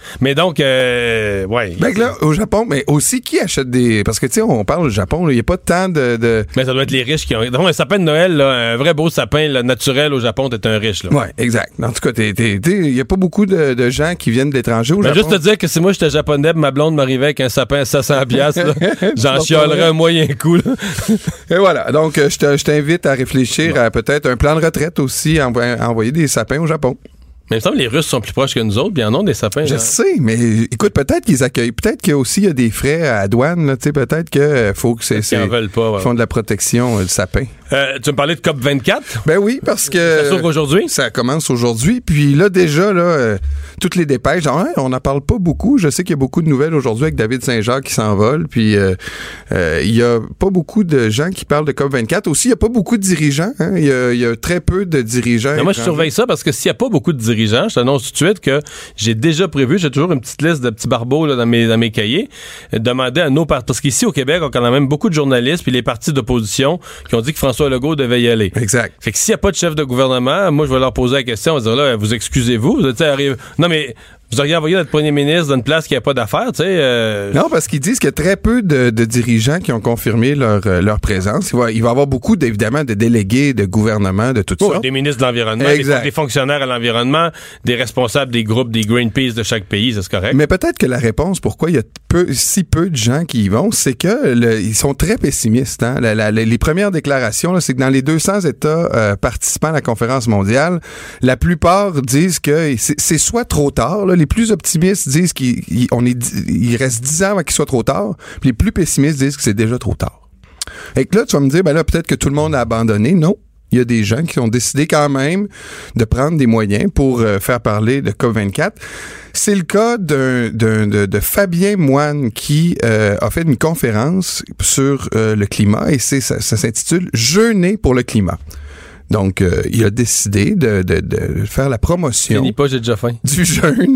Mais donc, euh, ouais. Ben là, au Japon, mais aussi, qui achète des... Parce que, tu sais, on parle du Japon, il n'y a pas tant de, de... Mais ça doit être les riches qui ont... Donc, un sapin de Noël, là, un vrai beau sapin là, naturel au Japon, t'es un riche, là. Ouais, exact. En tout cas, il n'y a pas beaucoup de, de gens qui viennent de l'étranger au ben, Japon. Juste te dire que si moi, j'étais japonais, ma blonde m'arrivait avec un sapin à cinq cents piastres, là, j'en chialerais un moyen coup, là. Et voilà. Donc, je, te, je t'invite à réfléchir bon. à peut-être un plan de retraite aussi, à envoyer des sapins au Japon. Mais il me semble que les Russes sont plus proches que nous autres, bien non, des sapins. Je là. sais, mais écoute, peut-être qu'ils accueillent. Peut-être qu'il y a aussi il y a des frais à la douane, là, tu sais, peut-être qu'il euh, faut que c'est. Ils en veulent pas, ouais. Ils font de la protection, euh, du sapin. Euh, tu me parlais de C O P vingt-quatre? Ben oui, parce que. Ça s'ouvre aujourd'hui? Ça commence aujourd'hui. Puis là, déjà, là, euh, toutes les dépêches, genre, hein, on n'en parle pas beaucoup. Je sais qu'il y a beaucoup de nouvelles aujourd'hui avec David Saint-Jacques qui s'envole. Puis euh, euh, il y a pas beaucoup de gens qui parlent de C O P vingt-quatre. Aussi, il y a pas beaucoup de dirigeants. Hein. Il y a, il y a très peu de dirigeants. Mais moi, je surveille ça parce que s'il y a pas beaucoup de dirigeants, je t'annonce tout de suite que j'ai déjà prévu, j'ai toujours une petite liste de petits barbeaux là, dans mes dans mes cahiers, euh, demander à nos partis, parce qu'ici au Québec, on a quand même beaucoup de journalistes puis les partis d'opposition qui ont dit que François Legault devait y aller. Exact. Fait que s'il n'y a pas de chef de gouvernement, moi je vais leur poser la question, on va dire là, vous excusez-vous, vous êtes arrivé. Non mais vous auriez envoyé notre premier ministre dans une place qui n'a pas d'affaires, tu sais. Euh... Non, parce qu'ils disent qu'il y a très peu de, de dirigeants qui ont confirmé leur, euh, leur présence. Il va, il va y avoir beaucoup, évidemment, de délégués de gouvernement de toutes oh, sortes. Des ministres de l'environnement, des, des fonctionnaires à l'environnement, des responsables des groupes, des Greenpeace de chaque pays, c'est correct. Mais peut-être que la réponse pourquoi il y a peu, si peu de gens qui y vont, c'est que le, ils sont très pessimistes. Hein? La, la, les premières déclarations, là, c'est que dans les deux cents États euh, participants à la conférence mondiale, la plupart disent que c'est, c'est soit trop tard, là, les plus optimistes disent qu'il il, on est, il reste dix ans avant qu'il soit trop tard, puis les plus pessimistes disent que c'est déjà trop tard. Et que là, tu vas me dire, ben là, peut-être que tout le monde a abandonné. Non. Il y a des gens qui ont décidé quand même de prendre des moyens pour euh, faire parler de C O P vingt-quatre. C'est le cas d'un, d'un, de, de Fabien Moine qui euh, a fait une conférence sur euh, le climat et c'est, ça, ça s'intitule « Jeûner pour le climat ». Donc, euh, il a décidé de, de, de faire la promotion Finis pas, j'ai déjà faim. du jeûne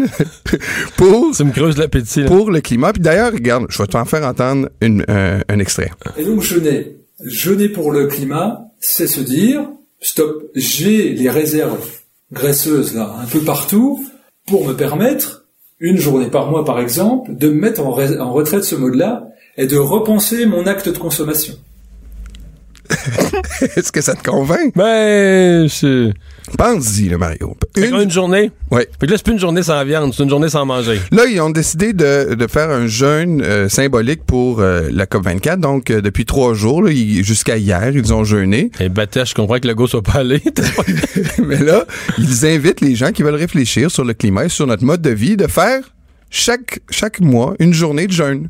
pour, ça me creuse l'appétit, là. Pour le climat. Puis d'ailleurs, regarde, je vais t'en faire entendre une, un, un extrait. Et donc, jeûner. Jeûner pour le climat, c'est se dire, stop, j'ai les réserves graisseuses là, un peu partout, pour me permettre, une journée par mois par exemple, de me mettre en, re- en retrait de ce mode-là et de repenser mon acte de consommation. Est-ce que ça te convainc? Ben, je... Pense-y, là, Mario. Une, une journée? Oui. Fait que là, c'est plus une journée sans viande, c'est une journée sans manger. Là, ils ont décidé de, de faire un jeûne euh, symbolique pour euh, la C O P vingt-quatre. Donc, euh, depuis trois jours, là, ils, jusqu'à hier, ils ont jeûné. Et Battès, je comprends que le gars soit pas allé. Mais là, ils invitent les gens qui veulent réfléchir sur le climat et sur notre mode de vie de faire chaque, chaque mois une journée de jeûne.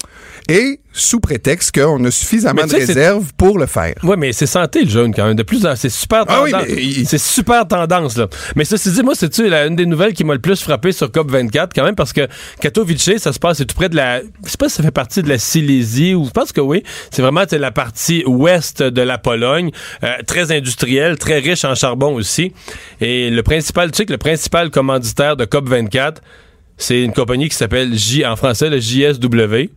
Et sous prétexte qu'on a suffisamment de réserves c'est... pour le faire. Oui, mais c'est santé le jeûne quand même. De plus en c'est super tendance. Ah oui, mais... C'est super tendance, là. Mais ceci dit, moi, c'est-tu la, une des nouvelles qui m'a le plus frappé sur C O P vingt-quatre, quand même, parce que Katowice, ça se passe, c'est tout près de la... Je sais pas si ça fait partie de la Silésie, ou je pense que oui. C'est vraiment la partie ouest de la Pologne, euh, très industrielle, très riche en charbon aussi. Et le principal, tu sais que le principal commanditaire de C O P vingt-quatre, c'est une compagnie qui s'appelle J, en français, le J S W,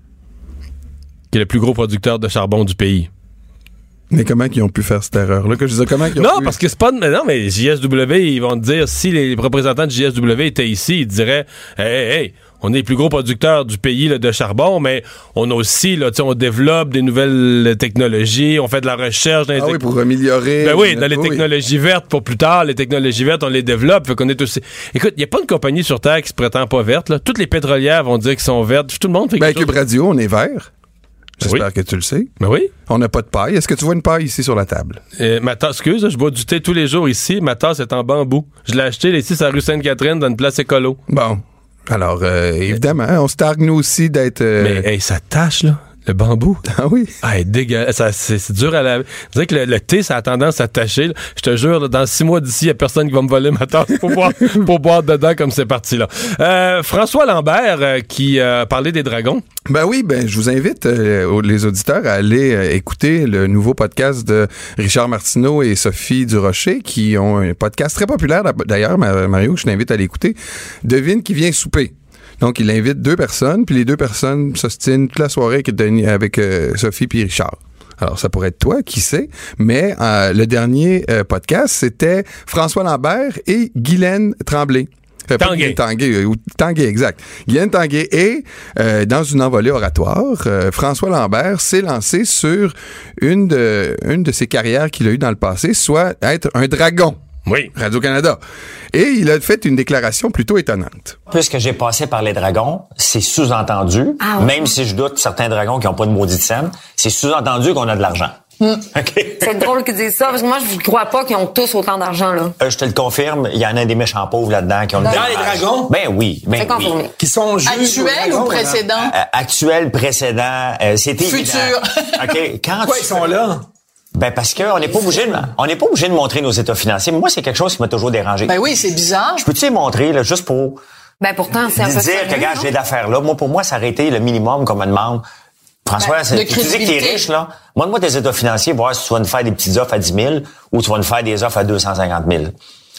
qui est le plus gros producteur de charbon du pays. Mais comment ils ont pu faire cette erreur-là? Que je disais, comment ils ont non, pu... parce que c'est pas... Non, mais J S W, ils vont te dire, si les représentants de J S W étaient ici, ils diraient, hey, hey, hey, on est les plus gros producteurs du pays là, de charbon, mais on a aussi, là, on développe des nouvelles technologies, on fait de la recherche dans les ah te... oui, pour améliorer. Ben oui, dans les oui. technologies vertes pour plus tard, les technologies vertes, on les développe, fait qu'on est aussi... Écoute, il n'y a pas une compagnie sur Terre qui se prétend pas verte, là. Toutes les pétrolières vont dire qu'ils sont vertes, tout le monde fait ben, quelque Cube chose. Radio, on est vert. J'espère oui. que tu le sais. Ben oui. On n'a pas de paille. Est-ce que tu vois une paille ici sur la table? Euh, ma tasse, excuse, je bois du thé tous les jours ici. Ma tasse est en bambou. Je l'ai acheté ici sur la rue Sainte-Catherine dans une place écolo. Bon. Alors, euh, évidemment, on se targue nous aussi d'être... Euh... Mais hey, ça tâche, là. Le bambou. Ah oui? Ah, dégueulasse. Ça, c'est, c'est dur à laver. Vous savez que le, le thé, ça a tendance à tacher. Là. Je te jure, là, dans six mois d'ici, il n'y a personne qui va me voler ma tasse pour boire, pour boire dedans comme c'est parti là. Euh, François Lambert euh, qui a euh, parlé des dragons. Ben oui, ben je vous invite euh, les auditeurs à aller euh, écouter le nouveau podcast de Richard Martineau et Sophie Durocher qui ont un podcast très populaire d'ailleurs, Mario, je t'invite à l'écouter. Devine qui vient souper. Donc, il invite deux personnes, puis les deux personnes s'ostinent toute la soirée avec, avec euh, Sophie puis Richard. Alors, ça pourrait être toi, qui sait, mais euh, le dernier euh, podcast, c'était François Lambert et Guylaine Tremblay. Euh, Tanguay. Tanguay, ou Tanguay, exact. Guylaine Tanguay. Et euh, dans une envolée oratoire, euh, François Lambert s'est lancé sur une de, une de ses carrières qu'il a eues dans le passé, soit être un dragon. Oui. Radio-Canada. Et il a fait une déclaration plutôt étonnante. Puisque j'ai passé par les dragons, c'est sous-entendu, ah ouais. même si je doute certains dragons qui n'ont pas de maudite scène, c'est sous-entendu qu'on a de l'argent. Mm. Okay. C'est drôle qu'ils disent ça, parce que moi, je ne crois pas qu'ils ont tous autant d'argent, là. Euh, je te le confirme, il y en a des méchants pauvres là-dedans qui ont Dans le les dragons? Ben oui, ben C'est confirmé. oui. Qui sont juges Actuels ou précédents? Euh, actuel, précédent, euh, c'était Futur. évident. OK, quand Pourquoi tu... ils sont là? Ben parce que on n'est pas obligé de, on n'est pas obligé de montrer nos états financiers. Moi, c'est quelque chose qui m'a toujours dérangé. Ben oui, c'est bizarre. Je peux-tu les montrer là, juste pour Ben pourtant, c'est un peu dire sérieux, que regarde, non? j'ai d'affaires là. Moi, pour moi, ça aurait été le minimum qu'on me demande. François, Ben, c'est, de tu dis que crédibilité. t'es riche, là. Montre-moi tes états financiers, voir si tu vas nous faire des petites offres à dix mille ou tu vas nous faire des offres à deux cent cinquante mille.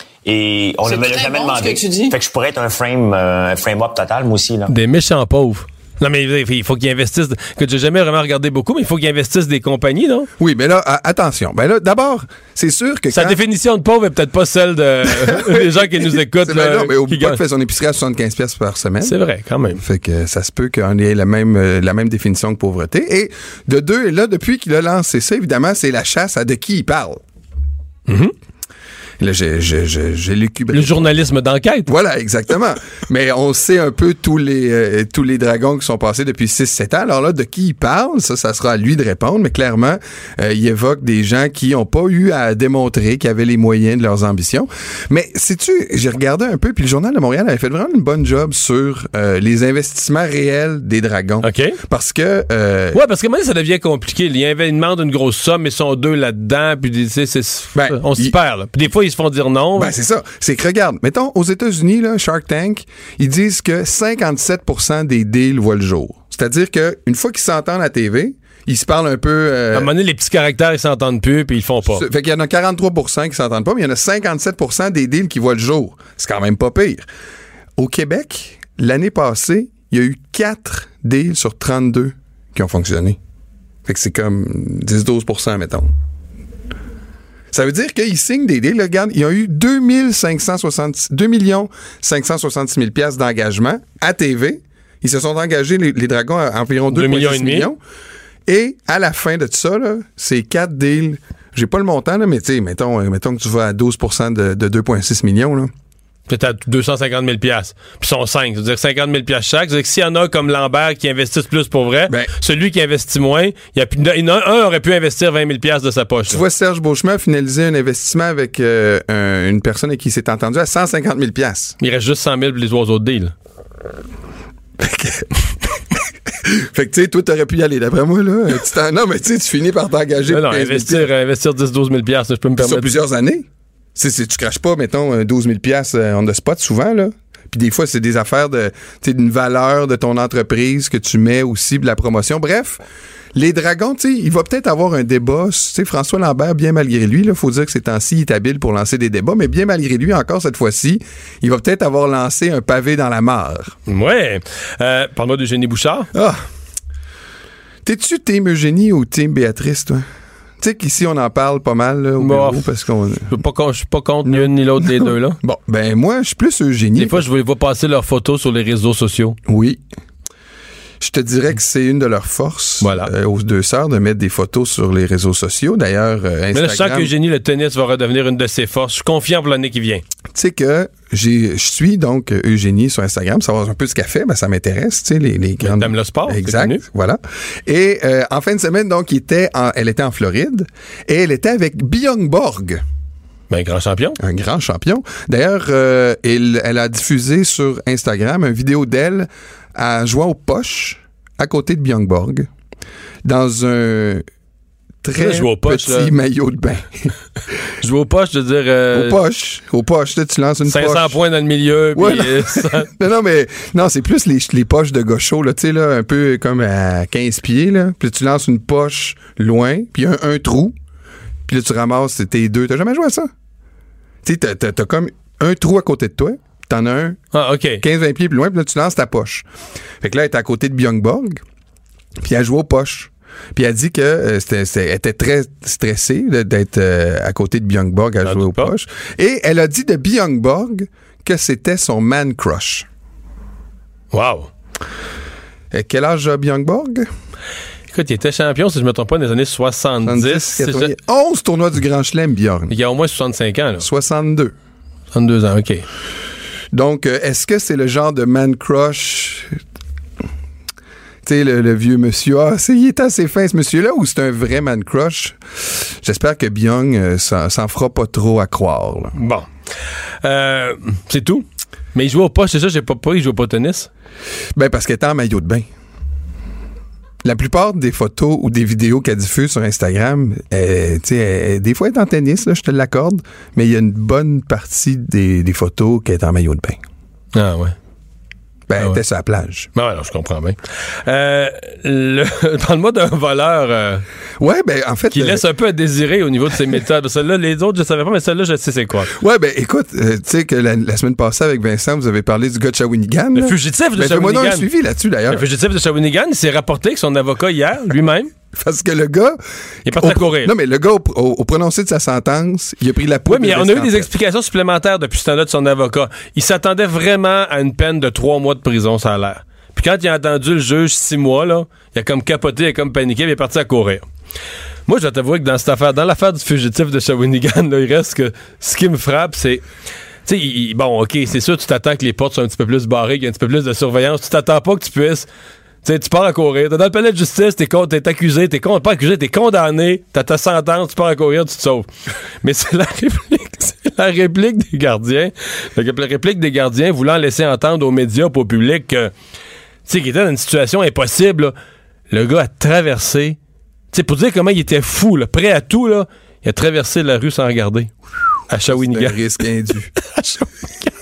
Et on C'est ne me l'a très jamais bon, demandé. ce que tu dis. Fait que je pourrais être un frame, euh, un frame-up total, moi aussi, là. Des méchants pauvres. Non, mais il faut qu'ils investissent, que j'ai jamais vraiment regardé beaucoup, mais il faut qu'ils investissent des compagnies, non? Oui, mais là, a- attention. Ben là, d'abord, c'est sûr que Sa quand... définition de pauvre est peut-être pas celle de des gens qui nous écoutent. C'est là, vrai, non, mais oublie qui pas gagnent. qu'il fait son épicerie à soixante-quinze pièces par semaine. C'est vrai, quand même. Fait que ça se peut qu'on ait la même, euh, la même définition que pauvreté. Et de deux, et là, depuis qu'il a lancé ça, évidemment, c'est la chasse à de qui il parle. Mm-hmm. Là, j'ai, j'ai, j'ai, j'ai l'écubré. Le journalisme d'enquête. Voilà, exactement. Mais on sait un peu tous les euh, tous les dragons qui sont passés depuis six sept ans. Alors là, de qui il parle, ça, ça sera à lui de répondre. Mais clairement, euh, il évoque des gens qui n'ont pas eu à démontrer qu'ils avaient les moyens de leurs ambitions. Mais sais-tu, j'ai regardé un peu, puis le Journal de Montréal avait fait vraiment une bonne job sur euh, les investissements réels des dragons. OK. Parce que... Euh, Ouais, parce que maintenant, ça devient compliqué. Il y a- ils demandent une grosse somme, ils sont deux là-dedans, puis tu sais, c'est, Ben, on s'y il- perd, là. Puis des fois, ils se font dire non. Ben, c'est ça. C'est que, regarde, mettons, aux États-Unis, là, Shark Tank, ils disent que cinquante-sept pour cent des deals voient le jour. C'est-à-dire que une fois qu'ils s'entendent à la T V, ils se parlent un peu... Euh, À un moment donné, les petits caractères, ils s'entendent plus, puis ils le font pas. Fait qu'il y en a quarante-trois pour cent qui s'entendent pas, mais il y en a cinquante-sept pour cent des deals qui voient le jour. C'est quand même pas pire. Au Québec, l'année passée, il y a eu quatre deals sur trente-deux qui ont fonctionné. Fait que c'est comme dix à douze pour cent, mettons. Ça veut dire qu'ils signent des deals. Là, regarde, il y a eu deux millions cinq cent soixante-six mille piastres d'engagement à T V. Ils se sont engagés, les, les Dragons, à environ deux virgule six millions. Et à la fin de tout ça, là, c'est quatre deals. J'ai pas le montant, là, mais tu sais, mettons, mettons que tu vas à douze pour cent de, de deux virgule six millions. Là. Peut-être à deux cent cinquante mille piastres. Puis ils sont cinq. C'est-à-dire cinquante mille piastres chaque. C'est-à-dire que s'il y en a comme Lambert qui investissent plus pour vrai, ben, celui qui investit moins, il y a, il y en a un aurait pu investir vingt mille piastres de sa poche. Tu là. vois, Serge Beauchemin a finalisé un investissement avec euh, un, une personne avec qui il s'est entendu à cent cinquante mille piastres. Il reste juste cent mille pour les oiseaux de deal. Fait que, tu sais, toi, t'aurais pu y aller, d'après moi, là. Tu t'en... Non, mais tu sais, tu finis par t'engager. Non, non, pour quinze mille investir, euh, investir dix à douze mille piastres, je peux me permettre. sur plusieurs années. C'est, c'est, tu craches pas, mettons, douze mille piastres on the spot, souvent, là. Puis des fois, c'est des affaires de, tu sais, d'une valeur de ton entreprise que tu mets aussi, de la promotion. Bref, les dragons, tu sais, il va peut-être avoir un débat. Tu sais, François Lambert, bien malgré lui, là, faut dire que ces temps-ci, il est habile pour lancer des débats, mais bien malgré lui, encore cette fois-ci, il va peut-être avoir lancé un pavé dans la mare. Ouais. Euh, parle-moi d'Eugénie Bouchard. Ah! T'es-tu team Eugénie ou team Béatrice, toi? Tu sais qu'ici, on en parle pas mal, là, au Bon, bureau, parce qu'on... Je suis pas, con- je suis pas contre ni une ni l'autre des deux, là. Bon, ben moi, je suis plus Eugénie. Des fois, je vois vois passer leurs photos sur les réseaux sociaux. Oui. Je te dirais que c'est une de leurs forces, Voilà. euh, aux deux sœurs, de mettre des photos sur les réseaux sociaux. D'ailleurs, euh, Instagram... Mais là, je sens qu'Eugénie, le tennis va redevenir une de ses forces. Je suis confiant pour l'année qui vient. Tu sais que j'ai, je suis donc Eugénie sur Instagram, savoir un peu ce qu'elle fait, ben ça m'intéresse, tu sais, les, les grandes... T'aimes le sport, exact, c'est connu. voilà. Et euh, en fin de semaine, donc, il était en, elle était en Floride, et elle était avec Björn Borg. Ben, grand champion. Un grand champion. D'ailleurs, euh, elle, elle a diffusé sur Instagram une vidéo d'elle à jouant aux poches à côté de Björn Borg dans un très jouer aux poches, petit là. maillot de bain. Je vais aux poches, je veux dire... Euh, aux poches. Aux poches. Là, tu lances une cinq cents poche. points dans le milieu. Ouais, Puis, euh, ça- non, non, mais non, c'est plus les, les poches de gaucho, là, tu sais, là, un peu comme à quinze pieds, là. Puis tu lances une poche loin, puis un, un trou, puis là, tu ramasses tes deux. T'as jamais joué à ça? Tu sais, t'as, t'as, t'as comme un trou à côté de toi, puis t'en as un Ah, OK. quinze vingt pieds plus loin, puis là, tu lances ta poche. Fait que là, elle est à côté de Björn Borg, puis elle joue aux poches. Puis elle dit que euh, c'était, c'était, elle était très stressée de, d'être euh, à côté de Björn Borg à J'en jouer aux doute pas. poches. Et elle a dit de Björn Borg que c'était son man crush. Wow! Et quel âge a Björn Borg? Écoute, il était champion, si je ne me trompe pas, dans les années soixante-dix. quatre-vingts, onze tournois du Grand Chelem, Björn. Il y a au moins soixante-cinq ans, là. soixante-deux. soixante-deux ans, OK. Donc, euh, est-ce que c'est le genre de man crush... Tu sais, le, le vieux monsieur, ah, c'est, il est assez fin, ce monsieur-là, ou c'est un vrai man crush? J'espère que Björn euh, s'en, s'en fera pas trop à croire. Là. Bon. Euh, c'est tout. Mais il joue au pas, c'est ça, j'ai pas pas, il joue pas au tennis? Ben, parce qu'elle était en maillot de bain. La plupart des photos ou des vidéos qu'elle diffuse sur Instagram, euh, tu sais, des fois elle est en tennis, là, je te l'accorde, mais il y a une bonne partie des, des photos qu'elle est en maillot de bain. Ah ouais. Ben, ah elle ouais. était sur la plage. Ben ouais, alors, je comprends bien. Euh, le, parle-moi d'un voleur euh, ouais, ben, en fait... qui euh, laisse un peu à désirer au niveau de ses méthodes. Celle-là, les autres, je savais pas, mais celle-là, je sais c'est quoi. Ouais, ben, écoute, euh, tu sais que la, la semaine passée, avec Vincent, vous avez parlé du gars de Shawinigan. Le là. fugitif de ben, Shawinigan. Fais-moi donc un suivi là-dessus, d'ailleurs. Le fugitif de Shawinigan, il s'est rapporté que son avocat hier, lui-même... Parce que le gars... Il est parti au, à courir. Non, mais le gars, au, au, au prononcé de sa sentence, il a pris la poudre. Oui, mais de on a eu des explications supplémentaires depuis ce temps-là de son avocat. Il s'attendait vraiment à une peine de trois mois de prison, ça a l'air. Puis quand il a entendu le juge six mois, là, il a comme capoté, il a comme paniqué, il est parti à courir. Moi, je dois t'avouer que dans cette affaire, dans l'affaire du fugitif de Shawinigan, là, il reste que ce qui me frappe, c'est... Tu sais, bon, OK, c'est sûr, tu t'attends que les portes soient un petit peu plus barrées, qu'il y ait un petit peu plus de surveillance. Tu t'attends pas que tu puisses... Tu sais, tu pars à courir, t'es dans le palais de justice, t'es, con, t'es accusé, t'es con, pas accusé, t'es condamné, t'as ta sentence, tu pars à courir, tu te sauves. Mais c'est la réplique, c'est la réplique des gardiens, la réplique des gardiens voulant laisser entendre aux médias, au public, que, tu sais, qu'il était dans une situation impossible, là. Le gars a traversé, tu sais, pour dire comment il était fou, là, prêt à tout, là, il a traversé la rue sans regarder. À Shawinigan. C'est un risque indu. À Shawinigan.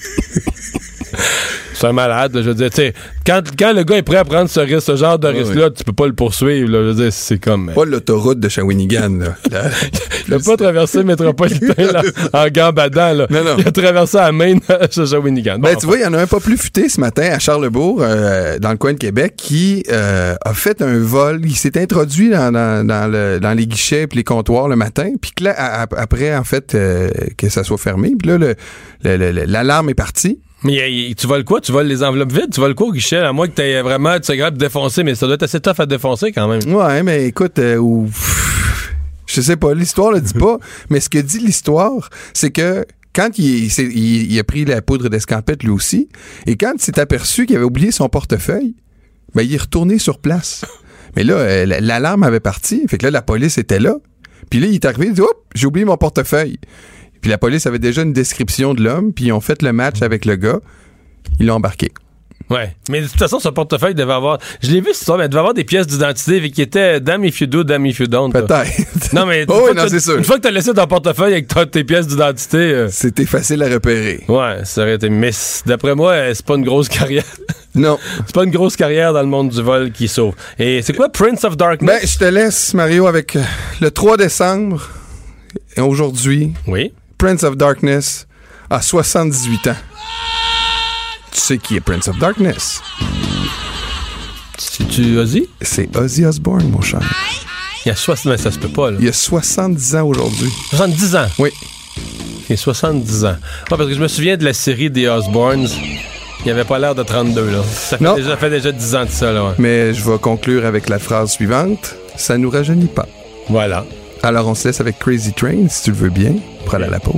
C'est un malade, là, je veux dire, tu sais, quand, quand le gars est prêt à prendre ce risque, ce genre de oui, risque-là, oui. tu peux pas le poursuivre, là, je veux dire, c'est comme... Pas l'autoroute de Shawinigan, là. là il a pas traversé le métropolitain, là, en gambadant, là. Non, non. Il a traversé à Maine, à Shawinigan. Bon, ben, enfin. tu vois, il y en a un pas plus futé ce matin à Charlesbourg, euh, dans le coin de Québec, qui euh, a fait un vol. Il s'est introduit dans, dans, dans, le, dans les guichets et les comptoirs le matin, puis que là, à, après, en fait, euh, que ça soit fermé, puis là, le, le, le, l'alarme est partie. Mais y, y, tu voles quoi? Tu voles les enveloppes vides? Tu voles quoi au guichet? À moins que t'aies vraiment, tu sais, grave de défoncer, mais ça doit être assez tough à défoncer quand même. Ouais, mais écoute, euh, ou, je sais pas, l'histoire le dit pas, mais ce que dit l'histoire, c'est que quand il, il, il a pris la poudre d'escampette lui aussi, et quand il s'est aperçu qu'il avait oublié son portefeuille, ben il est retourné sur place. Mais là, euh, l'alarme avait parti, fait que là, la police était là, puis là, il est arrivé, il dit « Hop, j'ai oublié mon portefeuille ». Puis la police avait déjà une description de l'homme, puis ils ont fait le match avec le gars. Ils l'ont embarqué. Ouais. Mais de toute façon, son portefeuille devait avoir... Je l'ai vu, cette histoire, mais il devait avoir des pièces d'identité qui étaient damn if you do, damn if you don't. Peut-être. Non, mais oh, oui, non, c'est sûr. Une fois que t'as laissé ton portefeuille avec t- tes pièces d'identité... Euh... C'était facile à repérer. Ouais, ça aurait été... Mais d'après moi, c'est pas une grosse carrière. Non. C'est pas une grosse carrière dans le monde du vol qui sauve. Et c'est quoi Prince of Darkness? Ben, je te laisse, Mario, avec le trois décembre, et aujourd'hui... Oui. Prince of Darkness a soixante-dix-huit ans. Tu sais qui est Prince of Darkness? C'est-tu Ozzy? C'est Ozzy Osbourne, mon cher. Il y a soixante... Mais ça se peut pas, là. Il y a soixante-dix ans aujourd'hui. soixante-dix ans? Oui. Il y a soixante-dix ans. Ouais, parce que je me souviens de la série des Osbournes. Il avait pas l'air de trente-deux, là. Ça fait, non. Déjà, ça fait déjà dix ans de ça, là. Ouais. Mais je vais conclure avec la phrase suivante. Ça nous rajeunit pas. Voilà. Alors, on se laisse avec Crazy Train, si tu le veux bien, pour aller à la pause.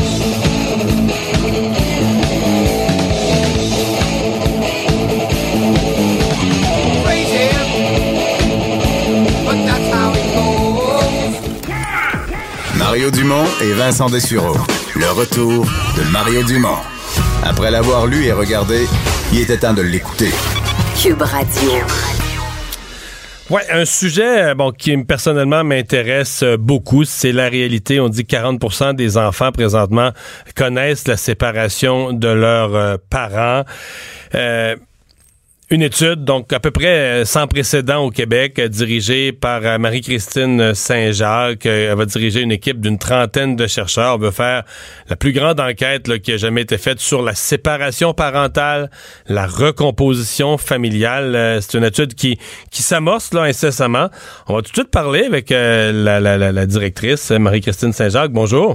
Mario Dumont et Vincent Dessureau. Le retour de Mario Dumont. Après l'avoir lu et regardé, il était temps de l'écouter. Cube Radio. Ouais, un sujet bon qui personnellement m'intéresse beaucoup, c'est la réalité. On dit que quarante pour cent des enfants présentement connaissent la séparation de leurs euh, parents. Euh, Une étude, donc à peu près sans précédent au Québec, dirigée par Marie-Christine Saint-Jacques. Elle va diriger une équipe d'une trentaine de chercheurs. On veut faire la plus grande enquête là, qui a jamais été faite sur la séparation parentale, la recomposition familiale. C'est une étude qui, qui s'amorce là incessamment. On va tout de suite parler avec euh, la, la, la, la directrice, Marie-Christine Saint-Jacques. Bonjour.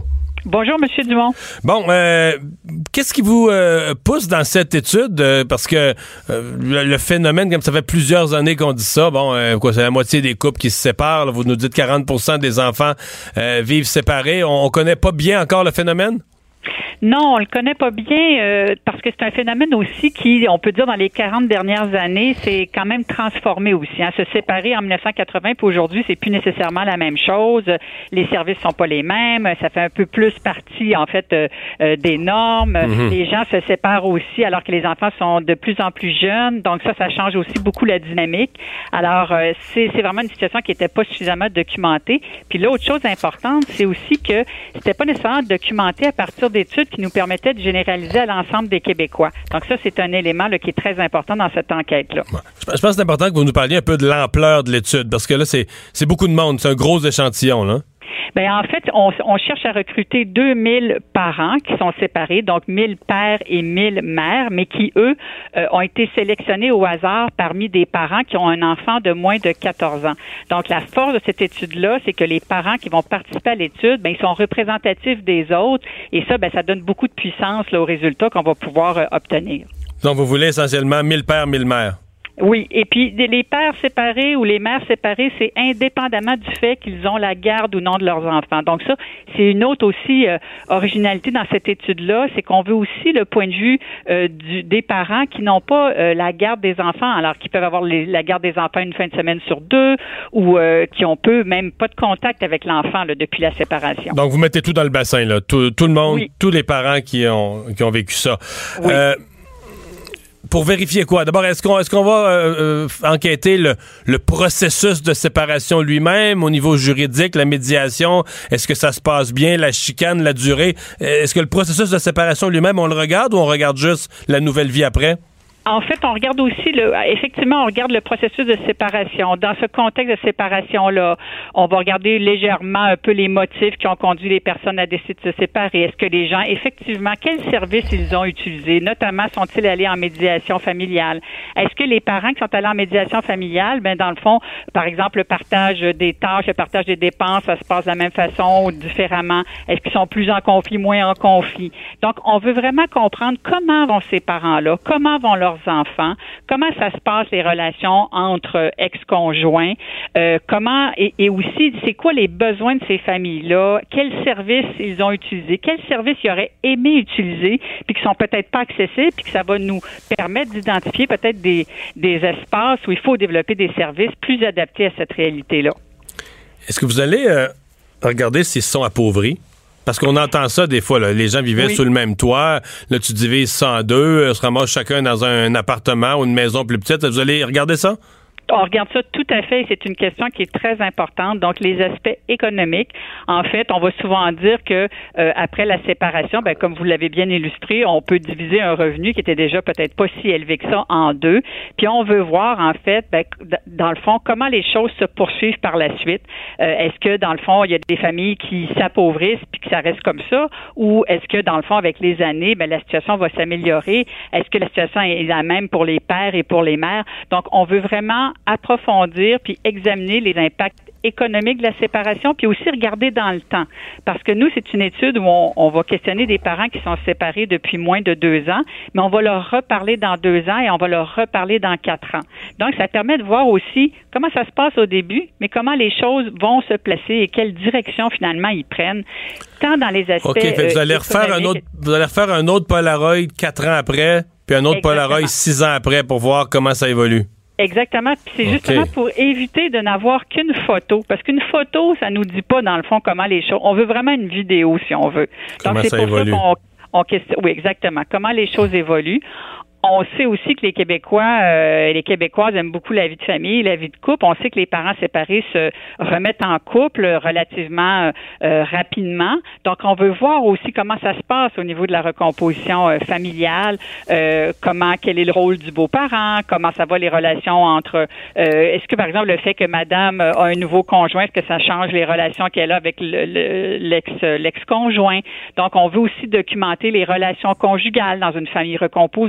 Bonjour, Monsieur Dumont. Bon, euh, qu'est-ce qui vous euh, pousse dans cette étude? Euh, parce que euh, le, le phénomène, comme ça fait plusieurs années qu'on dit ça, bon, euh, quoi, c'est la moitié des couples qui se séparent. Là, vous nous dites quarante pour cent des enfants euh, vivent séparés. On, on connaît pas bien encore le phénomène? Non, on le connaît pas bien euh, parce que c'est un phénomène aussi qui, on peut dire, dans les quarante dernières années, c'est quand même transformé aussi. Hein. Se séparer en dix-neuf cent quatre-vingts, puis aujourd'hui, c'est plus nécessairement la même chose. Les services sont pas les mêmes. Ça fait un peu plus partie, en fait, euh, euh, des normes. Mm-hmm. Les gens se séparent aussi alors que les enfants sont de plus en plus jeunes. Donc ça, ça change aussi beaucoup la dynamique. Alors, euh, c'est, c'est vraiment une situation qui était pas suffisamment documentée. Puis l'autre chose importante, c'est aussi que c'était pas nécessairement documenté à partir d'études qui nous permettait de généraliser à l'ensemble des Québécois. Donc ça, c'est un élément là, qui est très important dans cette enquête-là. Je pense que c'est important que vous nous parliez un peu de l'ampleur de l'étude, parce que là, c'est, c'est beaucoup de monde. C'est un gros échantillon, là. Ben en fait, on, on cherche à recruter deux mille parents qui sont séparés, donc mille pères et mille mères, mais qui, eux, euh, ont été sélectionnés au hasard parmi des parents qui ont un enfant de moins de quatorze ans. Donc, la force de cette étude-là, c'est que les parents qui vont participer à l'étude, ben ils sont représentatifs des autres, et ça, ben ça donne beaucoup de puissance là, aux résultats qu'on va pouvoir euh, obtenir. Donc, vous voulez essentiellement mille pères, mille mères? Oui, et puis les pères séparés ou les mères séparées, c'est indépendamment du fait qu'ils ont la garde ou non de leurs enfants. Donc ça, c'est une autre aussi euh, originalité dans cette étude-là, c'est qu'on veut aussi le point de vue euh, du, des parents qui n'ont pas euh, la garde des enfants, alors qu'ils peuvent avoir les, la garde des enfants une fin de semaine sur deux, ou euh, qui ont peu même pas de contact avec l'enfant là, depuis la séparation. Donc vous mettez tout dans le bassin, là, tout, tout le monde, oui. tous les parents qui ont qui ont vécu ça. Oui. Euh, Pour vérifier quoi? D'abord, est-ce qu'on est-ce qu'on va euh, euh, enquêter le, le processus de séparation lui-même au niveau juridique, la médiation? Est-ce que ça se passe bien, la chicane, la durée? Est-ce que le processus de séparation lui-même, on le regarde ou on regarde juste la nouvelle vie après? En fait, on regarde aussi, le, effectivement, on regarde le processus de séparation. Dans ce contexte de séparation-là, on va regarder légèrement un peu les motifs qui ont conduit les personnes à décider de se séparer. Est-ce que les gens, effectivement, quels services ils ont utilisés? Notamment, sont-ils allés en médiation familiale? Est-ce que les parents qui sont allés en médiation familiale, ben dans le fond, par exemple, le partage des tâches, le partage des dépenses, ça se passe de la même façon ou différemment? Est-ce qu'ils sont plus en conflit, moins en conflit? Donc, on veut vraiment comprendre comment vont ces parents-là, comment vont leurs enfants, comment ça se passe les relations entre ex-conjoints, euh, comment et, et aussi c'est quoi les besoins de ces familles-là, quels services ils ont utilisés, quels services ils auraient aimé utiliser, puis qui sont peut-être pas accessibles, puis que ça va nous permettre d'identifier peut-être des, des espaces où il faut développer des services plus adaptés à cette réalité-là. Est-ce que vous allez euh, regarder s'ils sont appauvris? Parce qu'on entend ça des fois, là. Les gens vivaient oui. sous le même toit. Là, tu divises ça en deux, on se ramasse chacun dans un appartement ou une maison plus petite. Vous allez regarder ça? On regarde ça tout à fait. C'est une question qui est très importante. Donc, les aspects économiques. En fait, on va souvent dire que euh, après la séparation, ben, comme vous l'avez bien illustré, on peut diviser un revenu qui était déjà peut-être pas si élevé que ça en deux. Puis, on veut voir, en fait, ben, dans le fond, comment les choses se poursuivent par la suite. Euh, est-ce que, dans le fond, il y a des familles qui s'appauvrissent puis que ça reste comme ça? Ou est-ce que, dans le fond, avec les années, ben, la situation va s'améliorer? Est-ce que la situation est la même pour les pères et pour les mères? Donc, on veut vraiment approfondir puis examiner les impacts économiques de la séparation, puis aussi regarder dans le temps. Parce que nous, c'est une étude où on, on va questionner des parents qui sont séparés depuis moins de deux ans, mais on va leur reparler dans deux ans et on va leur reparler dans quatre ans. Donc, ça permet de voir aussi comment ça se passe au début, mais comment les choses vont se placer et quelle direction, finalement, ils prennent, tant dans les aspects... OK, fait, vous allez refaire un autre, vous allez refaire un autre Polaroid quatre ans après, puis un autre Exactement. Polaroid six ans après pour voir comment ça évolue. Exactement. Puis c'est justement okay. pour éviter de n'avoir qu'une photo. Parce qu'une photo, ça nous dit pas, dans le fond, comment les choses... On veut vraiment une vidéo, si on veut. Comment Donc, c'est ça pour évolue. ça qu'on... On questionne... Oui, exactement. Comment les choses évoluent. On sait aussi que les Québécois, euh, les Québécoises aiment beaucoup la vie de famille, la vie de couple. On sait que les parents séparés se remettent en couple relativement euh, rapidement. Donc, on veut voir aussi comment ça se passe au niveau de la recomposition euh, familiale, euh, comment, quel est le rôle du beau-parent, comment ça va les relations entre... Euh, est-ce que, par exemple, le fait que madame a un nouveau conjoint, est-ce que ça change les relations qu'elle a avec le, le, l'ex, l'ex-conjoint? Donc, on veut aussi documenter les relations conjugales dans une famille recomposée. Est-ce qu'on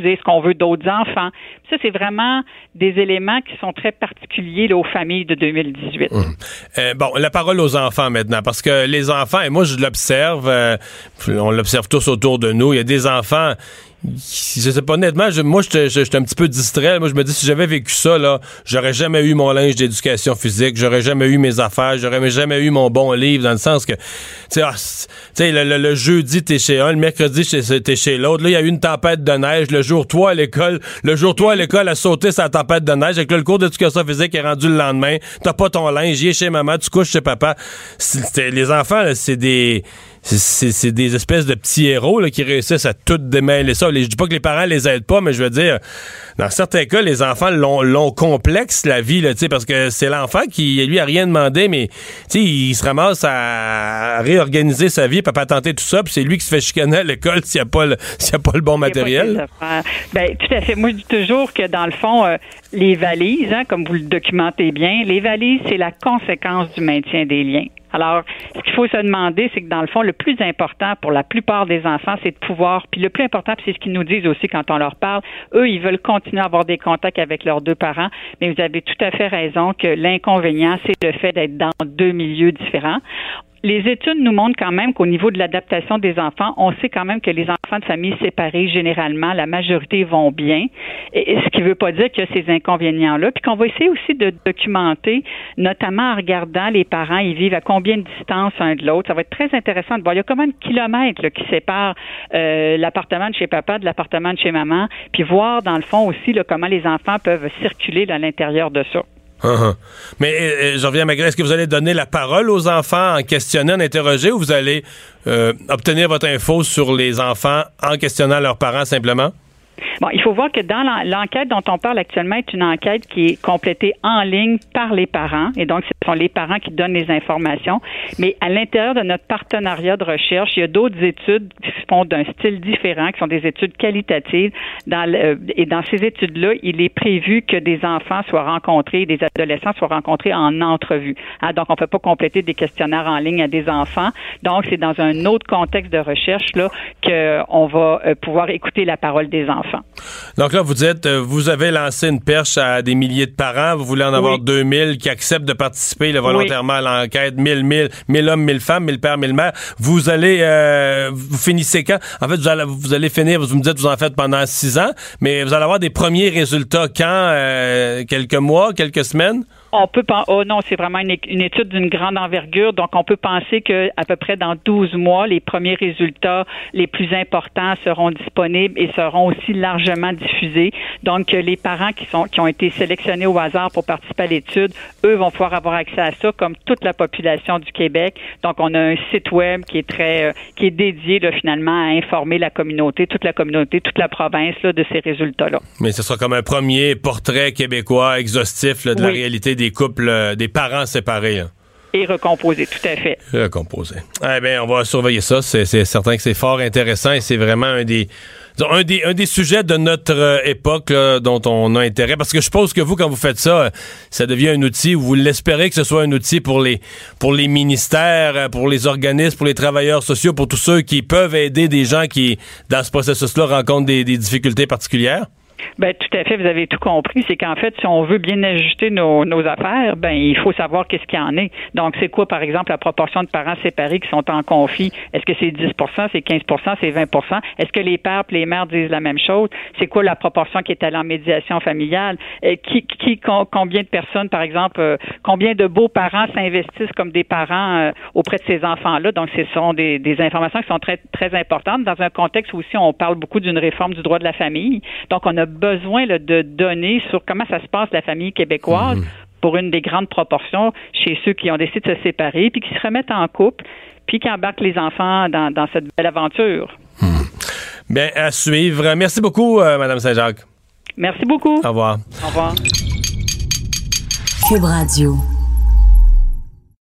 veut d'autres enfants. Ça, c'est vraiment des éléments qui sont très particuliers là, aux familles de deux mille dix-huit. Mmh. Euh, bon, la parole aux enfants maintenant, parce que les enfants, et moi je l'observe, euh, on l'observe tous autour de nous, il y a des enfants... Je sais pas, honnêtement, je, moi, j'étais, j'étais un petit peu distrait. Moi, je me dis, si j'avais vécu ça, là, j'aurais jamais eu mon linge d'éducation physique, j'aurais jamais eu mes affaires, j'aurais jamais eu mon bon livre, dans le sens que, tu sais, ah, le, le, le jeudi, t'es chez un, le mercredi, t'es chez l'autre. Là, il y a eu une tempête de neige. Le jour, toi, à l'école, le jour, toi, à l'école, a sauté sa tempête de neige. Avec là, le cours d'éducation physique est rendu le lendemain. T'as pas ton linge, il est chez maman, tu couches chez papa. C'est, les enfants, là, c'est des... C'est, c'est, c'est des espèces de petits héros là, qui réussissent à tout démêler ça. Les, je dis pas que les parents les aident pas, mais je veux dire, dans certains cas, les enfants l'ont, l'ont complexe, la vie, là, parce que c'est l'enfant qui, lui, a rien demandé, mais il se ramasse à, à réorganiser sa vie, puis à patenter tout ça, puis c'est lui qui se fait chicaner à l'école s'il n'y a pas le, s'il y a pas le bon matériel. Ben, tout à fait. Moi, je dis toujours que, dans le fond, euh, les valises, hein, comme vous le documentez bien, les valises, c'est la conséquence du maintien des liens. Alors, ce qu'il faut se demander, c'est que dans le fond, le plus important pour la plupart des enfants, c'est de pouvoir, puis le plus important, puis c'est ce qu'ils nous disent aussi quand on leur parle, eux, ils veulent continuer à avoir des contacts avec leurs deux parents, mais vous avez tout à fait raison que l'inconvénient, c'est le fait d'être dans deux milieux différents. Les études nous montrent quand même qu'au niveau de l'adaptation des enfants, on sait quand même que les enfants de familles séparées, généralement, la majorité vont bien. Et ce qui ne veut pas dire qu'il y a ces inconvénients-là. Puis qu'on va essayer aussi de documenter, notamment en regardant les parents, ils vivent à combien de distance un de l'autre. Ça va être très intéressant de voir. Il y a combien de kilomètres là, qui séparent euh, l'appartement de chez papa de l'appartement de chez maman. Puis voir, dans le fond, aussi là, comment les enfants peuvent circuler là, à l'intérieur de ça. Uh-huh. Mais euh, je reviens à ma question. Est-ce que vous allez donner la parole aux enfants en questionnant, en interroger, ou vous allez euh, obtenir votre info sur les enfants en questionnant leurs parents simplement? Bon, il faut voir que dans l'enquête dont on parle actuellement est une enquête qui est complétée en ligne par les parents. Et donc, ce sont les parents qui donnent les informations. Mais à l'intérieur de notre partenariat de recherche, il y a d'autres études qui se font d'un style différent, qui sont des études qualitatives. Dans le, et dans ces études-là, il est prévu que des enfants soient rencontrés, des adolescents soient rencontrés en entrevue. Hein, donc, on ne peut pas compléter des questionnaires en ligne à des enfants. Donc, c'est dans un autre contexte de recherche là qu'on va pouvoir écouter la parole des enfants. Donc là, vous dites, vous avez lancé une perche à des milliers de parents, vous voulez en avoir oui. deux mille qui acceptent de participer là, volontairement oui. à l'enquête, mille, mille, mille hommes, mille femmes, mille pères, mille mères. Vous allez, euh, vous finissez quand? En fait, vous allez, vous allez finir, vous me dites, vous en faites pendant six ans, mais vous allez avoir des premiers résultats quand? Euh, quelques mois, quelques semaines? On peut penser, oh non, c'est vraiment une, une étude d'une grande envergure, donc on peut penser que à peu près dans douze mois, les premiers résultats les plus importants seront disponibles et seront aussi largement diffusés. Donc, les parents qui sont qui ont été sélectionnés au hasard pour participer à l'étude, eux vont pouvoir avoir accès à ça, comme toute la population du Québec. Donc, on a un site web qui est très, euh, qui est dédié là, finalement à informer la communauté, toute la communauté, toute la province là, de ces résultats-là. Mais ce sera comme un premier portrait québécois exhaustif là, de oui. la réalité des des couples, euh, des parents séparés. Hein. Et recomposés, tout à fait. Recomposés. Eh bien, on va surveiller ça. C'est, c'est certain que c'est fort intéressant et c'est vraiment un des, un des, un des sujets de notre euh, époque là, dont on a intérêt. Parce que je suppose que vous, quand vous faites ça, ça devient un outil, vous l'espérez que ce soit un outil pour les, pour les ministères, pour les organismes, pour les travailleurs sociaux, pour tous ceux qui peuvent aider des gens qui, dans ce processus-là, rencontrent des, des difficultés particulières? Ben tout à fait, vous avez tout compris. C'est qu'en fait, si on veut bien ajuster nos, nos affaires, ben il faut savoir qu'est-ce qu'il y en est. Donc, c'est quoi, par exemple, la proportion de parents séparés qui sont en conflit? Est-ce que c'est dix pour cent, c'est quinze pour cent, c'est vingt pour cent? Est-ce que les pères et les mères disent la même chose? C'est quoi la proportion qui est allée en médiation familiale? Euh, qui, qui, con, combien de personnes, par exemple, euh, combien de beaux-parents s'investissent comme des parents euh, auprès de ces enfants-là? Donc, ce sont des, des informations qui sont très, très importantes dans un contexte où aussi on parle beaucoup d'une réforme du droit de la famille. Donc, on a besoin là, de données sur comment ça se passe la famille québécoise mmh. pour une des grandes proportions chez ceux qui ont décidé de se séparer puis qui se remettent en couple puis qui embarquent les enfants dans, dans cette belle aventure. Mmh. Bien, à suivre. Merci beaucoup, euh, Mme Saint-Jacques. Merci beaucoup. Au revoir. Au revoir. Cube Radio.